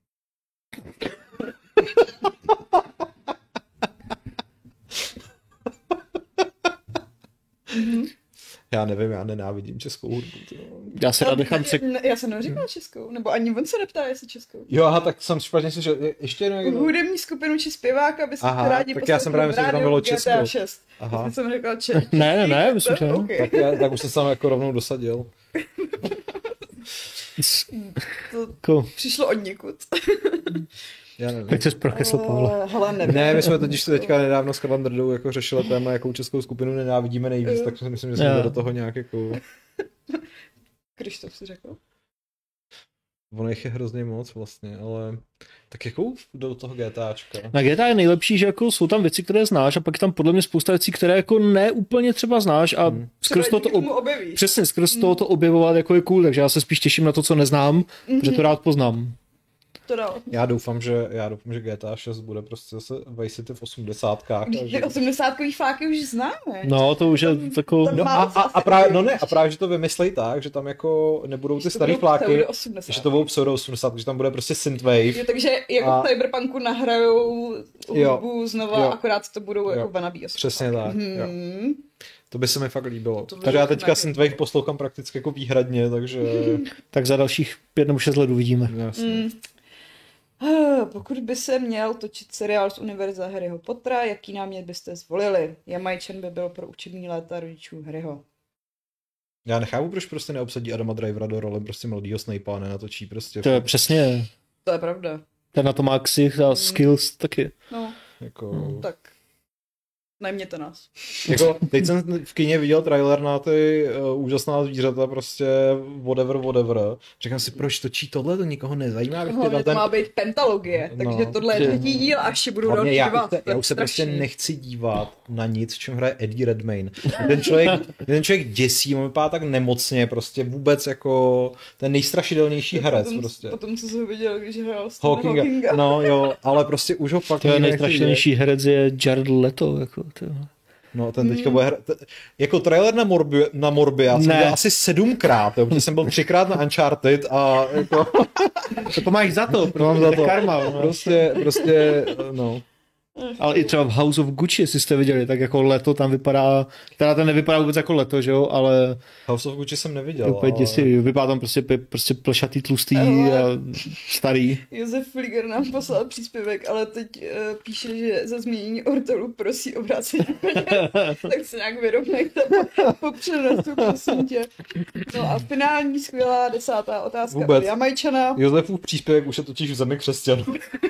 mm-hmm. Já nevím, já nenávidím českou hudbu. Já se rád nechám cek... Já jsem neříkala českou, nebo ani on se neptá, jestli českou. Jo, aha, tak jsem špatně slyšel. Ještě jednou. Hudební skupinu či zpěváka byste aha, rádi tak já jsem právě myslel, že tam bylo českou. G T A šest. Aha. Jsem řekla če... Ne, ne, ne, myslím, že okay. tak, já, tak už jsem se tam jako rovnou dosadil. to cool. Přišlo od někud. Já nevím. Jak ses prokesl, Pavle? Hele, nevím. Ne, my jsme totiž teďka nedávno s Karlem Drdou jako řešili téma, jakou českou skupinu nenávidíme nejvíc, tak si myslím, že jsme do toho nějak jako... Krištof si řekl? Ono jich je hrozně moc vlastně, ale tak jakou do toho GTAčka? Na G T A je nejlepší, že jako jsou tam věci, které znáš a pak je tam podle mě spousta věcí, které jako ne úplně třeba znáš a hmm. skrz toho to ob... Přesně, skrz hmm. toho to objevovat jako je cool, takže já se spíš těším na to, co neznám, mm-hmm. protože to rád poznám. To dalo. Já doufám, že, já doufám, že G T A šest bude prostě zase Vice City v osmdesátkách. Ty že... osmdesátkový fáky už známe. No, to už je takovou... No a, a, a, právě, no ne, a právě, že to vymyslej tak, že tam jako nebudou ty starý fláky, že to budou pseudo osmdesátky, že tam bude prostě synthwave. Jo, takže jako a... v Cyberpunku nahrajou hudbu znova, jo. Akorát to budou jo. jako wannabe osmdesátky. Přesně tak, hmm. jo. To by se mi fakt líbilo. Takže já teďka synthwave poslouchám prakticky jako výhradně, takže... tak za dalších pět nebo šest let uvidíme. Mm. Pokud by se měl točit seriál z univerza Harryho Pottera, jaký námět byste zvolili? Jamajčan by byl pro učební léta rodičů Harryho. Já nechápu, proč prostě neobsadí Adama Drivera do role prostě mladýho Snape'a, nenatočí prostě. To je přesně. To je pravda. Ten na to má ksich a skills mm. taky. No, jako... hmm. tak. Najměte nás. Jako, teď jsem v kině viděl trailer na ty uh, úžasná zvířata, prostě whatever, whatever. Říkám si, proč točí tohle, to nikoho nezajímá. Hlavně to ten... má být pentalogie, no, takže tohle je třetí díl, až budou další já, dva. Já už se prostě nechci dívat na nic, v čem hraje Eddie Redmayne. Ten člověk, ten člověk děsí, on vypadá tak nemocně, prostě vůbec jako ten nejstrašidelnější herec. Potom, prostě. Potom co jsem viděl, když hrál Hawkinga. Hawkinga. No jo, ale prostě už ho fakt to je nejstrašidelnější herec je Jared Leto, jako no, ten teďka bude hra... jako trailer na Morbi, na Morbi já jsem viděl asi sedmkrát, jo, protože jsem byl třikrát na Uncharted a jako... to máš za to, mám za to. Karma, no. Prostě, prostě, no. Ale i třeba v House of Gucci, jestli jste viděli, tak jako Leto tam vypadá, teda ten nevypadá vůbec jako Leto, že jo, ale... House of Gucci jsem neviděl, úplně ale... děsivý, vypadá tam prostě, prostě plešatý, tlustý ale... a starý. Josef Flieger nám poslal příspěvek, ale teď uh, píše, že za změnění ortelu prosí o vrácení peněz, tak se nějak vyrovnejte po, po přenosu, prosím tě. No a finální skvělá desátá otázka vůbec. Od Jamajčana. Josefův příspěvek už je totiž v zemi křesťanů.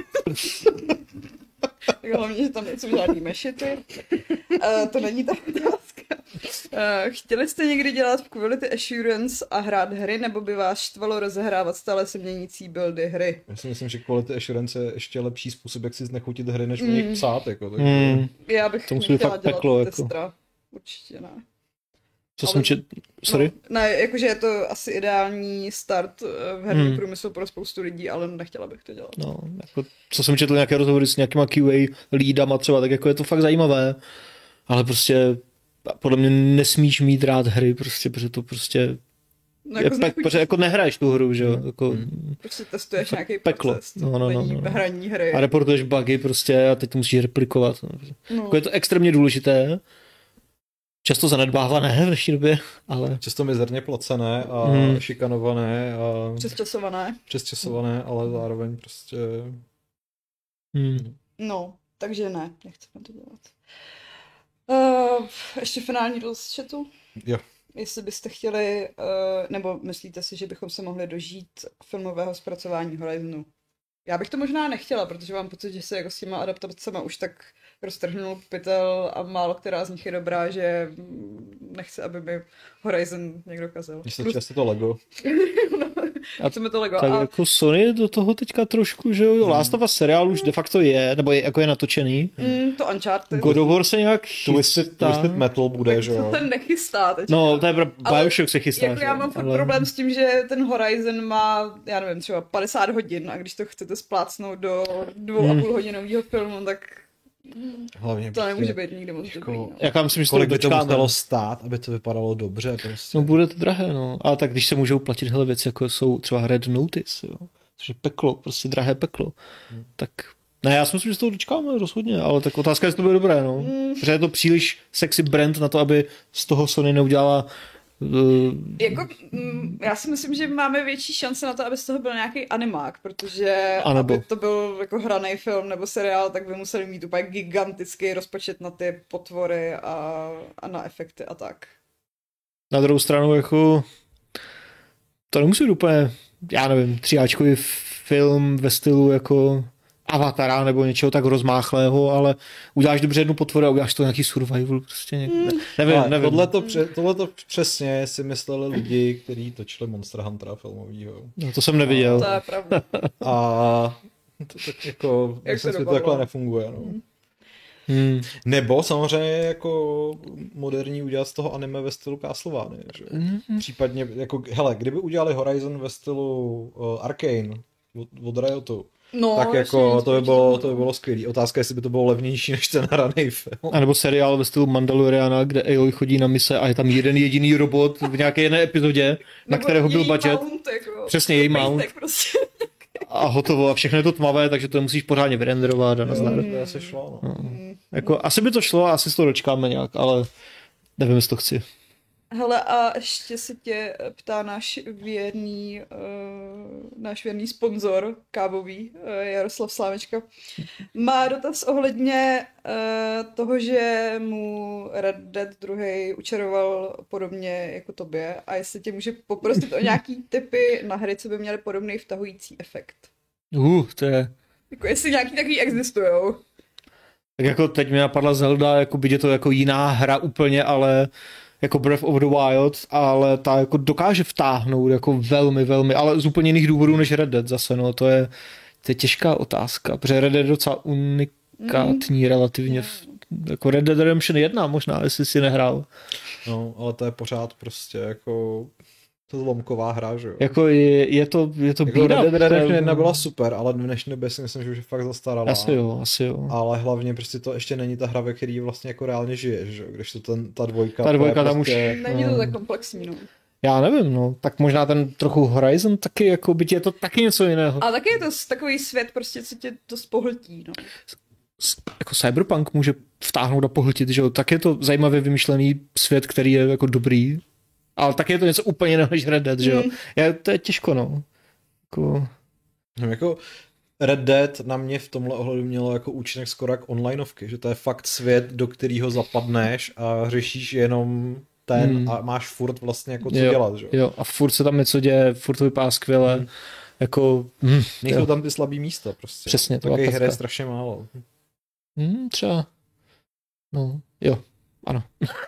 Tak hlavně, že tam nejsou žádný mešity. Uh, to není ta otázka. Uh, chtěli jste někdy dělat v Quality Assurance a hrát hry, nebo by vás štvalo rozehrávat stále se měnící buildy hry? Já si myslím, že Quality Assurance je ještě lepší způsob, jak si znechutit hry, než mm. o nich psát. Jako, tak... mm. Já bych to nechtěla dělat peklo, testra. Jako. Určitě ne. Co jsem čet... Sorry? No, ne, jakože je to asi ideální start v herním hmm. průmyslu pro spoustu lidí, ale nechtěla bych to dělat. No, jako, co jsem četl nějaké rozhovory s nějakýma Q A lídama třeba, tak jako je to fakt zajímavé, ale prostě podle mě nesmíš mít rád hry, prostě, protože to prostě no, jako, je pek, protože jako nehraješ tu hru, že jo? Jako, hmm. Prostě testuješ nějaký peklo. proces, no, no, no, no. hraní hry. A reportuješ bugy prostě a teď to musíš replikovat. No. Jako je to extrémně důležité. Často zanedbávané v dnešní době, ale... Často mizerně placené a hmm. šikanované a... Přesčasované. Přesčasované, ale zároveň prostě... Hmm. No, takže ne, nechceme to dělat. Uh, ještě finální dost z chatu? Jo. Jestli byste chtěli, uh, nebo myslíte si, že bychom se mohli dožít filmového zpracování Horizonu? Já bych to možná nechtěla, protože mám pocit, že se jako s těma adaptacemi už tak roztrhnul pytel a málo která z nich je dobrá, že nechci, aby mi Horizon někdo kazil. Mně se často to Lego. no, a chceme to Lego. Tak a... jako Sony do toho teďka trošku, že jo, hmm. Last of Us seriál už de facto je, nebo je, jako je natočený. Mm, to Uncharted. God of War se nějak chystá. Twisted, Twisted Metal bude, že jo. To ten nechystá teď. No, to je Bioshock se chystá. Jako já mám fakt ale... problém s tím, že ten Horizon má, já nevím, třeba padesát hodin a když to chcete splácnout do dvou a půl hodinového filmu, tak Hlavně to nemůže být nikdy moc jako, dobrý. No. Jaká myslím, že kolik by to muselo stát, aby to vypadalo dobře? Prostě. No bude to drahé, no. Ale tak když se můžou platit hele věci, jako jsou třeba Red Notice, jo. Což je peklo, prostě drahé peklo. Hmm. Tak ne, já si myslím, že se toho dočkáme rozhodně, ale tak otázka je, jestli to bude dobré, no. Hmm. Protože je to příliš sexy brand na to, aby z toho Sony neudělala Uh, jako, m, já si myslím, že máme větší šance na to, aby z toho byl nějaký animák, protože anebo. aby to byl jako hraný film nebo seriál, tak by museli mít úplně gigantický rozpočet na ty potvory a, a na efekty a tak. Na druhou stranu, jako to nemusí být úplně, já nevím, tříáčkový film ve stylu jako Avatara nebo něčeho tak rozmáchlého, ale uděláš dobře jednu potvoru a uděláš to nějaký survival, prostě někde. Mm. Nevím, ale nevím. Tohleto, pře- tohleto přesně si mysleli lidi, kteří točili Monster Huntera filmovýho. No, to jsem neviděl. To je pravda. A to tak jako, Jak myslím to si, to takhle nefunguje, no. Mm. Hmm. Nebo samozřejmě jako moderní udělat z toho anime ve stylu Castlevania, že? Mm-hmm. Případně, jako, hele, kdyby udělali Horizon ve stylu uh, Arcane od, od Riotu, no, tak jako to by bylo, to by bylo skvělý. Otázka je, jestli by to bylo levnější než ten hraný film. A nebo seriál ve stylu Mandaloriana, kde Aloy chodí na mise a je tam jeden jediný robot v nějaké jedné epizodě, na kterého byl budget. Mount, jako, přesně její mount. Prostě. A hotovo. A všechno je to tmavé, takže to musíš pořádně vyrenderovat a nazdar. Mm, to asi šlo, no. no. Jako, asi by to šlo, asi se to dočkáme nějak, ale nevím, jestli to chci. Hele, a ještě se tě ptá náš věrný, uh, náš věrný sponzor kávový, uh, Jaroslav Slávečka. Má dotaz ohledně uh, toho, že mu Red Dead dva učaroval podobně jako tobě a jestli tě může poprosit o nějaký tipy na hry, co by měly podobný vtahující efekt. Uh, to je... Jako jestli nějaký takový existujou. Tak jako teď mi napadla Zelda, jako by je to jako jiná hra úplně, ale jako Breath of the Wild, ale ta jako dokáže vtáhnout jako velmi, velmi, ale z úplně jiných důvodů než Red Dead zase, no, to je, to je těžká otázka, protože Red Dead je docela unikátní mm. relativně, v, jako Red Dead Redemption jedna možná, jestli si nehrál. No, ale to je pořád prostě jako to zlomková hra, že jo. Jako je, je to, je to jako bída. Red Dead Redemption jedna byla super, ale v dnešní době si myslím, že už je fakt zastaralá. Asi jo, asi jo. Ale hlavně prostě to ještě není ta hra, ve který vlastně jako reálně žiješ, že jo, když to ten, ta dvojka. Ta dvojka tam prostě... už... Není to tak komplexní, no. Já nevím, no, tak možná ten trochu Horizon taky, jako byť je to taky něco jiného. A taky je to takový svět prostě, co tě to spohltí, no. Jako Cyberpunk může vtáhnout a pohltit, že jo, tak je to zajímavě vymyšlený svět, který je jako dobrý, ale taky je to něco úplně jiného než Red Dead, že jo. Mm. Je, to je těžko, no. Jako... No, jako Red Dead na mě v tomhle ohledu mělo jako účinek skoro jak onlineovky, že to je fakt svět, do kterého zapadneš a řešíš jenom ten mm. a máš furt vlastně jako co jo, dělat, že jo. Jo, a furt se tam něco děje, furt to vypadá skvěle, mm. jako... Mm, nejsou tam ty slabý místa prostě. Přesně, to takových her je strašně málo. Mm, třeba, no, jo, ano.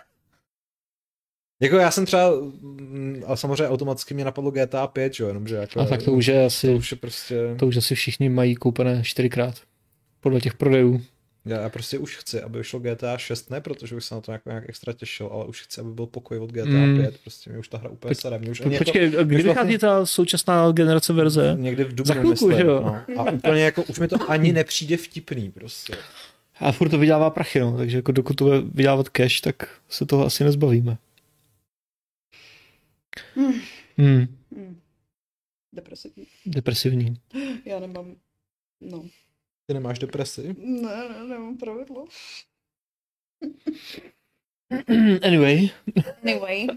Jako já jsem třeba, a samozřejmě automaticky mě napadlo G T A pět, že jo, jenomže jako... A tak to už je asi, to už je prostě... to už asi všichni mají koupené čtyřikrát, podle těch prodejů. Já, já prostě už chci, aby vyšlo G T A šest, ne protože už se na to jako nějak extra těšil, ale už chci, aby byl pokoj od G T A pět, mm. prostě mě už ta hra úplně Poč- sere. Už po, počkej, to, kdy vychází vlastně ta současná generace verze? Někdy v dubnu, za chvilku, myslím, jo. No. A úplně jako, už mi to ani nepřijde vtipný prostě. A furt to vydává prachy, no, takže jako dokud to bude vydávat cash, tak se toho asi nezbavíme. Hmm. Hmm. Hmm. Depresivní. Depresivní. Já nemám, no. Ty nemáš depresi? Ne, ne, nemám pravidlo. Anyway. Anyway.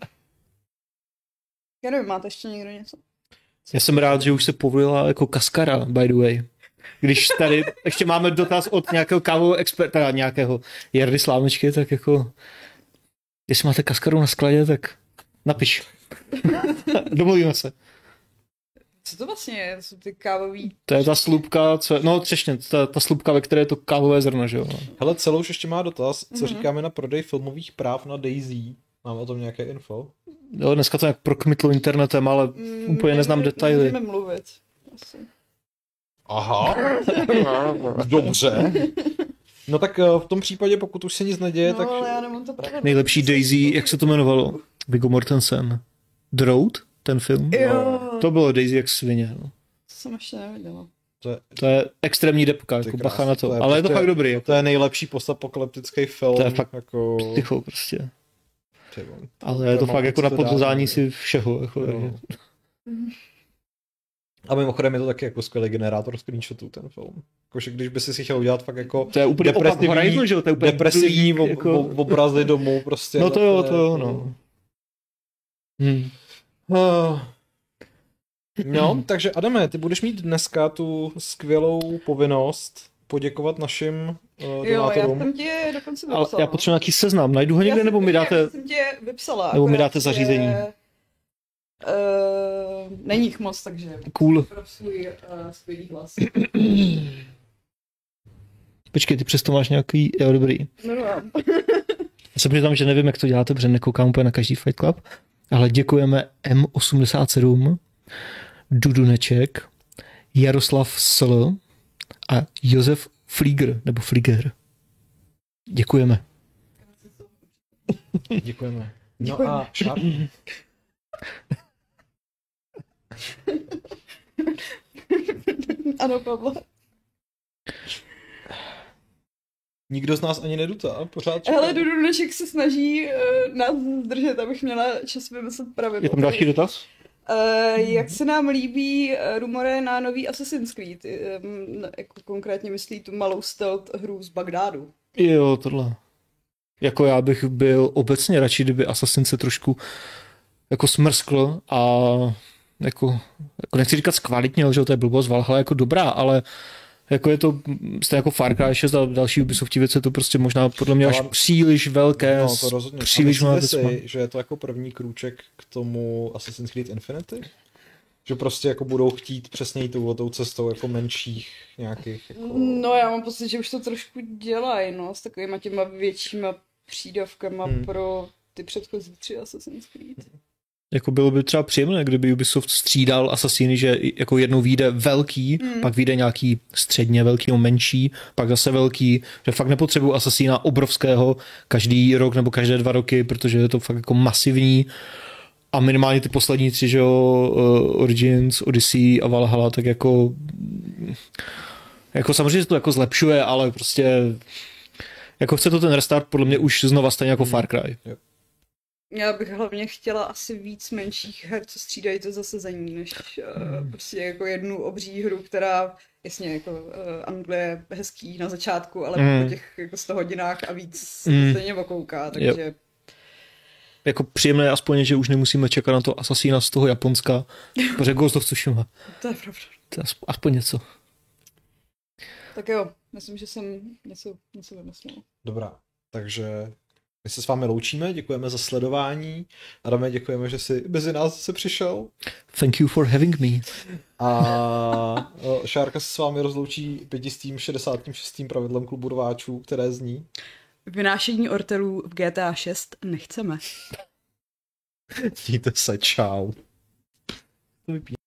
Já nevím, máte ještě někdo něco? Já jsem rád, že už se povolila jako kaskara, by the way. Když tady ještě máme dotaz od nějakého kávového experta, nějakého Jardy Slávečky, tak jako jestli máte kaskaru na skladě, tak napiš. Domluvíme se. Co to vlastně je? To jsou ty kávový... To je ta slupka, co, no třešně, ta, ta slupka, ve které je to kávové zrno, že jo. Hele, celou už ještě má dotaz, co mm-hmm. říkáme na prodej filmových práv na Daisy. Máme o tom nějaké info? Jo, dneska to nějak prokmitlo internetem, ale mm, úplně neznám detaily. Můžeme mluvit. Asi. Aha. Dobře. No tak v tom případě, pokud už se nic neděje, no, tak... ale já nemám to pravda. Nejlepší Daisy, jak se to jmenovalo? Viggo Mortensen. The Road? Ten film? Jo. To bylo Daisy jak svině. No. To jsem ještě neviděla. To je, to je extrémní depka, jako bacha na to, to je, ale je to, to fakt dobrý. Jako. To je nejlepší postapokalyptický film. To je fakt jako... psycho prostě. Tyvo, ale je to fakt jako na podřezání si všeho. Jako, a mimochodem je to taky jako skvělý generátor screenshotů ten film. Jakože když by si chtěl udělat fakt jako to je úplně depresivní, Horizon, že? To je úplně depresivní ob, jako... obrazy domů prostě. No to jo, to jo, no. Hmm. Uh, no, takže Adame, ty budeš mít dneska tu skvělou povinnost poděkovat našim uh, donátorům. Jo, já jsem tě dokonce vypsala. Ale já potřebuji nějaký seznam, najdu ho někde, nebo mi dáte... Já jsem tě vypsala. Nebo mi dáte zařízení. Je, uh, není jich moc, takže... Cool. Pro svůj uh, skvělý hlas. Počkej, ty přesto máš nějaký... Jo, dobrý. No, no. Já se přiznám, že nevím, jak to děláte, protože nekoukám úplně na každý Fight Club, ale děkujeme M osmdesát sedm, Duduneček, Jaroslav Sl a Josef Flieger, nebo Flieger. Děkujeme. Děkujeme. No a Shark? Ano, Pavle. Nikdo z nás ani nedutá, pořád čeká. Hele, Duduneček se snaží uh, nás zdržet, abych měla čas vymyslet pravidlo. Je tam další dotaz? Uh, jak se nám líbí uh, rumory na nový Assassin's Creed? Um, jako konkrétně myslí tu malou stealth hru z Bagdádu. Jo, tohle. Jako já bych byl obecně radši, kdyby Assassin se trošku jako smrskl a jako, jako nechci říkat zkvalitnil, že to je blbost, Valhalla jako dobrá, ale jako je to stejně jako Far Cry šest a další Ubisofti věci, to prostě možná podle mě až příliš velké, no, to rozhodně. příliš malé si, že je to jako první krůček k tomu Assassin's Creed Infinity? Že prostě jako budou chtít přesně tou, tou cestou jako menších nějakých jako... No já mám pocit, že už to trošku dělají, no, s takovýma těma většíma přídavkama hmm. pro ty předchozí tři Assassin's Creed. Hmm. Jako bylo by třeba příjemné, kdyby Ubisoft střídal Assassiny, že jako jednou vyjde velký, hmm. pak vyjde nějaký středně velký nebo menší, pak zase velký, že fakt nepotřebuji Assassina obrovského každý rok nebo každé dva roky, protože je to fakt jako masivní a minimálně ty poslední tři, že jo, uh, Origins, Odyssey a Valhalla, tak jako jako samozřejmě to jako zlepšuje, ale prostě jako chce to ten restart podle mě už znova stejně jako Far Cry. Yep. Já bych hlavně chtěla asi víc menších her, co střídají to zasazení, než uh, prostě jako jednu obří hru, která, jasně, jako uh, Anglie hezký na začátku, ale mm. po těch jako sto hodinách a víc mm. stejně okouká, takže... Yep. Jako příjemné aspoň, že už nemusíme čekat na to Assassina z toho Japonska, protože Ghost of Tsushima. To je pravda. To je aspoň něco. Tak jo, myslím, že jsem něco, něco vymyslel. Dobrá, takže... My se s vámi loučíme, děkujeme za sledování. Adame, děkujeme, že jsi mezi nás zase přišel. Thank you for having me. A Šárka se s vámi rozloučí pětistým šedesátým šestým pravidlem klubu rváčů, které zní: vynášení ortelů v G T A šest nechceme. Mějte se, čau.